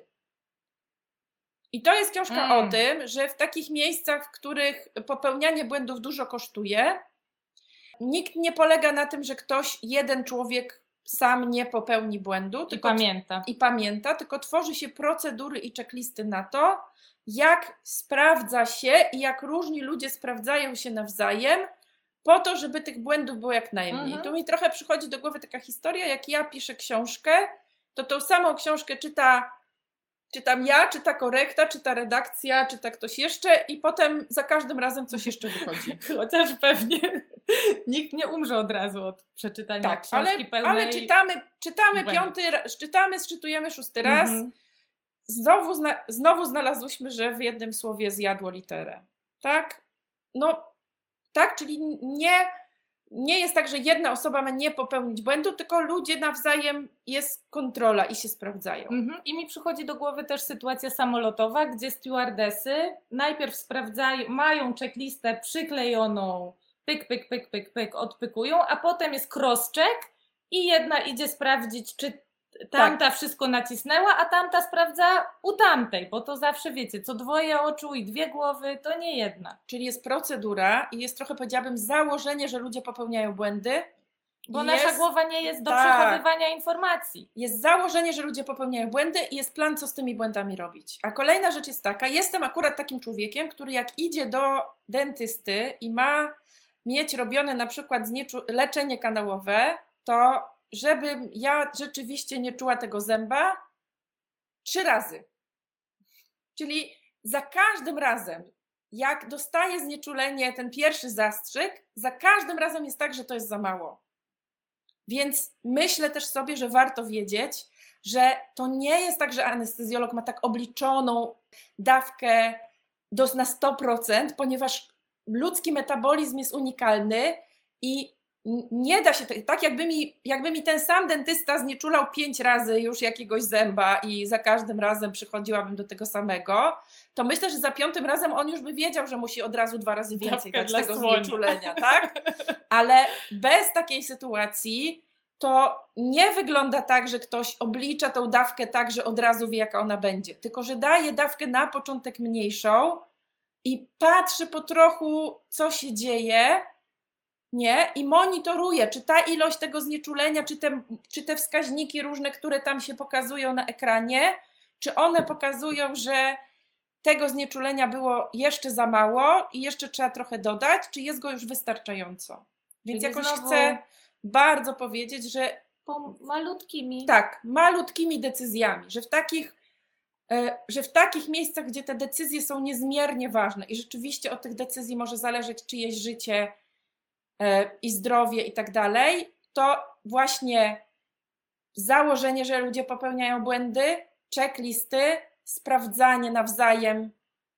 I to jest książka Mm. o tym, że w takich miejscach, w których popełnianie błędów dużo kosztuje, nikt nie polega na tym, że ktoś, jeden człowiek sam nie popełni błędu, I tylko pamięta. i pamięta, tylko tworzy się procedury i checklisty na to, jak sprawdza się i jak różni ludzie sprawdzają się nawzajem, po to, żeby tych błędów było jak najmniej. Mhm. Tu mi trochę przychodzi do głowy taka historia, jak ja piszę książkę, to tą samą książkę czyta, czytam ja, czyta korekta, czyta redakcja, czyta ktoś jeszcze i potem za każdym razem coś jeszcze wychodzi. Chociaż pewnie nikt nie umrze od razu od przeczytania Tak, ale, książki pełnej. ale czytamy, czytamy błędów. piąty raz, czytamy, sczytujemy szósty raz. Mhm. Znowu, zna, znowu znalazłyśmy, że w jednym słowie zjadło literę. Tak? No, tak, czyli nie, nie jest tak, że jedna osoba ma nie popełnić błędu, tylko ludzie nawzajem jest kontrola i się sprawdzają. Mhm. I mi przychodzi do głowy też sytuacja samolotowa, gdzie stewardesy najpierw sprawdzają, mają checklistę przyklejoną, pyk, pyk, pyk, pyk, pyk, odpykują, a potem jest cross-check i jedna idzie sprawdzić, czy tamta wszystko nacisnęła, a tamta sprawdza u tamtej, bo to zawsze wiecie, co dwoje oczu i dwie głowy, to nie jedna. Czyli jest procedura i jest trochę, powiedziałabym, założenie, że ludzie popełniają błędy. Bo Jest- nasza głowa nie jest do tak. przechowywania informacji. Jest założenie, że ludzie popełniają błędy i jest plan, co z tymi błędami robić. A kolejna rzecz jest taka, jestem akurat takim człowiekiem, który jak idzie do dentysty i ma mieć robione na przykład znieczu- leczenie kanałowe, to żebym ja rzeczywiście nie czuła tego zęba trzy razy. Czyli za każdym razem, jak dostaję znieczulenie, ten pierwszy zastrzyk, za każdym razem jest tak, że to jest za mało. Więc myślę też sobie, że warto wiedzieć, że to nie jest tak, że anestezjolog ma tak obliczoną dawkę do, na sto procent, ponieważ ludzki metabolizm jest unikalny i n- nie da się, tak- tak jakby mi, jakby mi ten sam dentysta znieczulał pięć razy już jakiegoś zęba i za każdym razem przychodziłabym do tego samego, to myślę, że za piątym razem on już by wiedział, że musi od razu dwa razy więcej Dawkę dać dla tego słonia. znieczulenia, tak? Ale bez takiej sytuacji to nie wygląda tak, że ktoś oblicza tą dawkę tak, że od razu wie, jaka ona będzie, tylko że daje dawkę na początek mniejszą i patrzy po trochu, co się dzieje, nie? I monitoruje, czy ta ilość tego znieczulenia, czy te, czy te wskaźniki różne, które tam się pokazują na ekranie, czy one pokazują, że tego znieczulenia było jeszcze za mało i jeszcze trzeba trochę dodać, czy jest go już wystarczająco. Więc Czyli jakoś znowu- chcę bardzo powiedzieć, że Po malutkimi. tak, malutkimi decyzjami, że w takich, e, że w takich miejscach, gdzie te decyzje są niezmiernie ważne i rzeczywiście od tych decyzji może zależeć czyjeś życie e, i zdrowie i tak dalej, to właśnie założenie, że ludzie popełniają błędy, checklisty, sprawdzanie nawzajem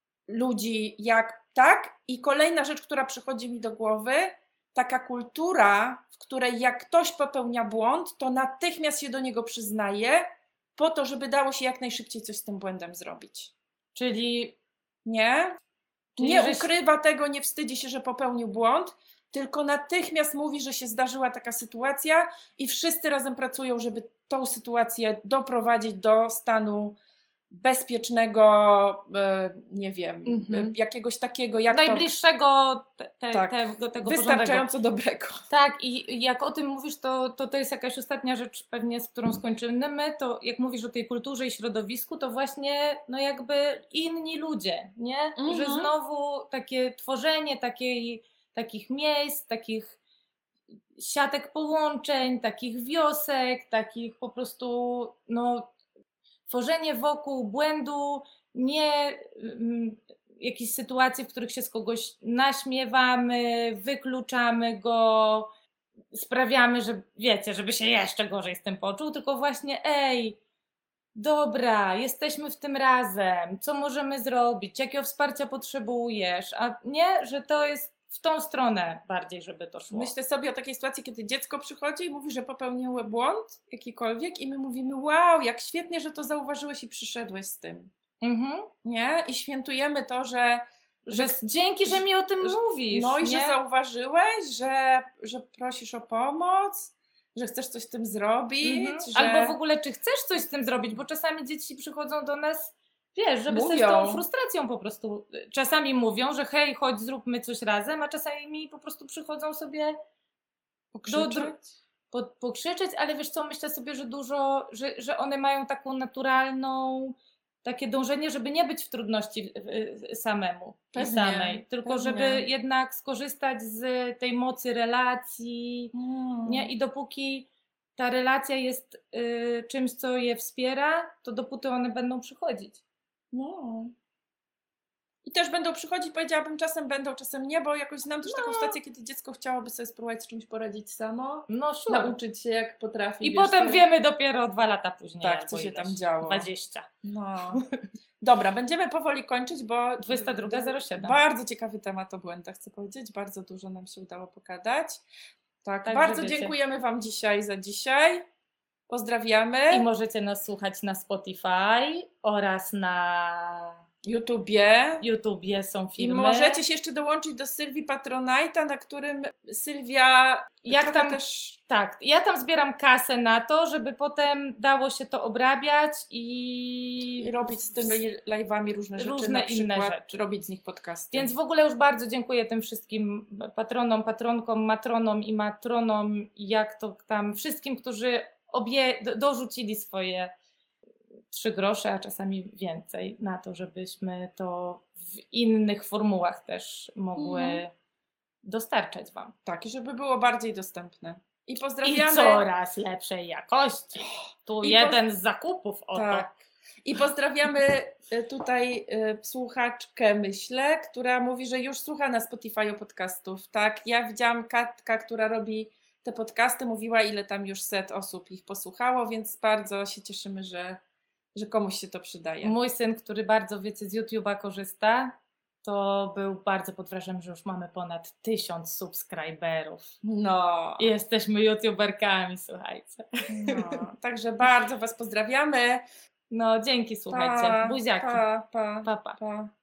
ludzi jak tak. I kolejna rzecz, która przychodzi mi do głowy, taka kultura, w której jak ktoś popełnia błąd, to natychmiast się do niego przyznaje, po to, żeby dało się jak najszybciej coś z tym błędem zrobić. Czyli, Nie? Czyli Nie żeś- ukrywa tego, nie wstydzi się, że popełnił błąd, tylko natychmiast mówi, że się zdarzyła taka sytuacja i wszyscy razem pracują, żeby tą sytuację doprowadzić do stanu bezpiecznego, e, nie wiem, Mhm. e, jakiegoś takiego, jak to najbliższego te, te, Tak. tego, tego porządnego. wystarczająco dobrego. Tak, i jak o tym mówisz, to, to to jest jakaś ostatnia rzecz pewnie, z którą skończymy, to jak mówisz o tej kulturze i środowisku, to właśnie no jakby inni ludzie, nie? Mhm. Że znowu takie tworzenie takiej, takich miejsc, takich siatek połączeń, takich wiosek, takich po prostu no tworzenie wokół błędu, nie mm, jakieś sytuacje, w których się z kogoś naśmiewamy, wykluczamy go, sprawiamy, że wiecie, żeby się jeszcze gorzej z tym poczuł, tylko właśnie ej, dobra, jesteśmy w tym razem, co możemy zrobić, jakiego wsparcia potrzebujesz, a nie, że to jest w tą stronę bardziej, żeby to szło. Myślę sobie o takiej sytuacji, kiedy dziecko przychodzi i mówi, że popełniło błąd jakikolwiek i my mówimy, wow, jak świetnie, że to zauważyłeś i przyszedłeś z tym. Mhm. Nie? I świętujemy to, że, że Że dzięki, że mi o tym że- mówisz. no i nie? że zauważyłeś, że, że prosisz o pomoc, że chcesz coś z tym zrobić. Mhm. Że... Albo w ogóle, czy chcesz coś z tym zrobić, bo czasami dzieci przychodzą do nas, wiesz, żeby sobie z Mówią. tą frustracją po prostu, czasami mówią, że hej, chodź, zróbmy coś razem, a czasami po prostu przychodzą sobie pokrzyczeć. do- po, pokrzyczeć, ale wiesz co, myślę sobie, że dużo, że, że one mają taką naturalną, takie dążenie, żeby nie być w trudności y, y, samemu, i Pewnie, samej, tylko pewnie. żeby jednak skorzystać z tej mocy relacji, Mm. nie? I dopóki ta relacja jest y, czymś, co je wspiera, to dopóty one będą przychodzić. No. I też będą przychodzić, powiedziałabym, czasem będą, czasem nie, bo jakoś znam też taką sytuację, kiedy dziecko chciałoby sobie spróbować z czymś poradzić samo, No sure. nauczyć się jak potrafi. I wiesz, potem to- wiemy dopiero dwa lata później. Tak, albo co się ileś. tam działo. dwadzieścia. No. Dobra, będziemy powoli kończyć, bo dwudziesta druga zero siedem. bardzo ciekawy temat o błędach, chcę powiedzieć. Bardzo dużo nam się udało pogadać. Tak, Także bardzo wiecie. dziękujemy Wam dzisiaj za dzisiaj. Pozdrawiamy. I możecie nas słuchać na Spotify oraz na YouTubie. YouTubie są I filmy. możecie się jeszcze dołączyć do Sylwii Patronite'a, na którym Sylwia Jak trochę tam- też... Tak, ja tam zbieram kasę na to, żeby potem dało się to obrabiać i... I robić z tymi live'ami różne rzeczy, Różne na inne przykład rzeczy. robić z nich podcasty. Więc w ogóle już bardzo dziękuję tym wszystkim patronom, patronkom, matronom i matronom, jak to tam, wszystkim, którzy obie do, dorzucili swoje trzy grosze, a czasami więcej na to, żebyśmy to w innych formułach też mogły Mhm. dostarczać Wam. Tak, i żeby było bardziej dostępne. I I pozdrawiamy... coraz lepszej jakości. Tu I jeden z zakupów oto. Tak. I pozdrawiamy y, tutaj y, słuchaczkę, myślę, która mówi, że już słucha na Spotify'u podcastów. Tak, ja widziałam Katka, która robi te podcasty, mówiła, ile tam już set osób ich posłuchało, więc bardzo się cieszymy, że, że komuś się to przydaje. Mój syn, który bardzo, wiecie, z YouTube'a korzysta, to był bardzo pod wrażeniem, że już mamy ponad tysiąc subskryberów. No, I jesteśmy youtuberkami, słuchajcie. no. Także bardzo Was pozdrawiamy. No, dzięki, słuchajcie. Pa, Buziaki. Pa, pa, Pa, pa. pa.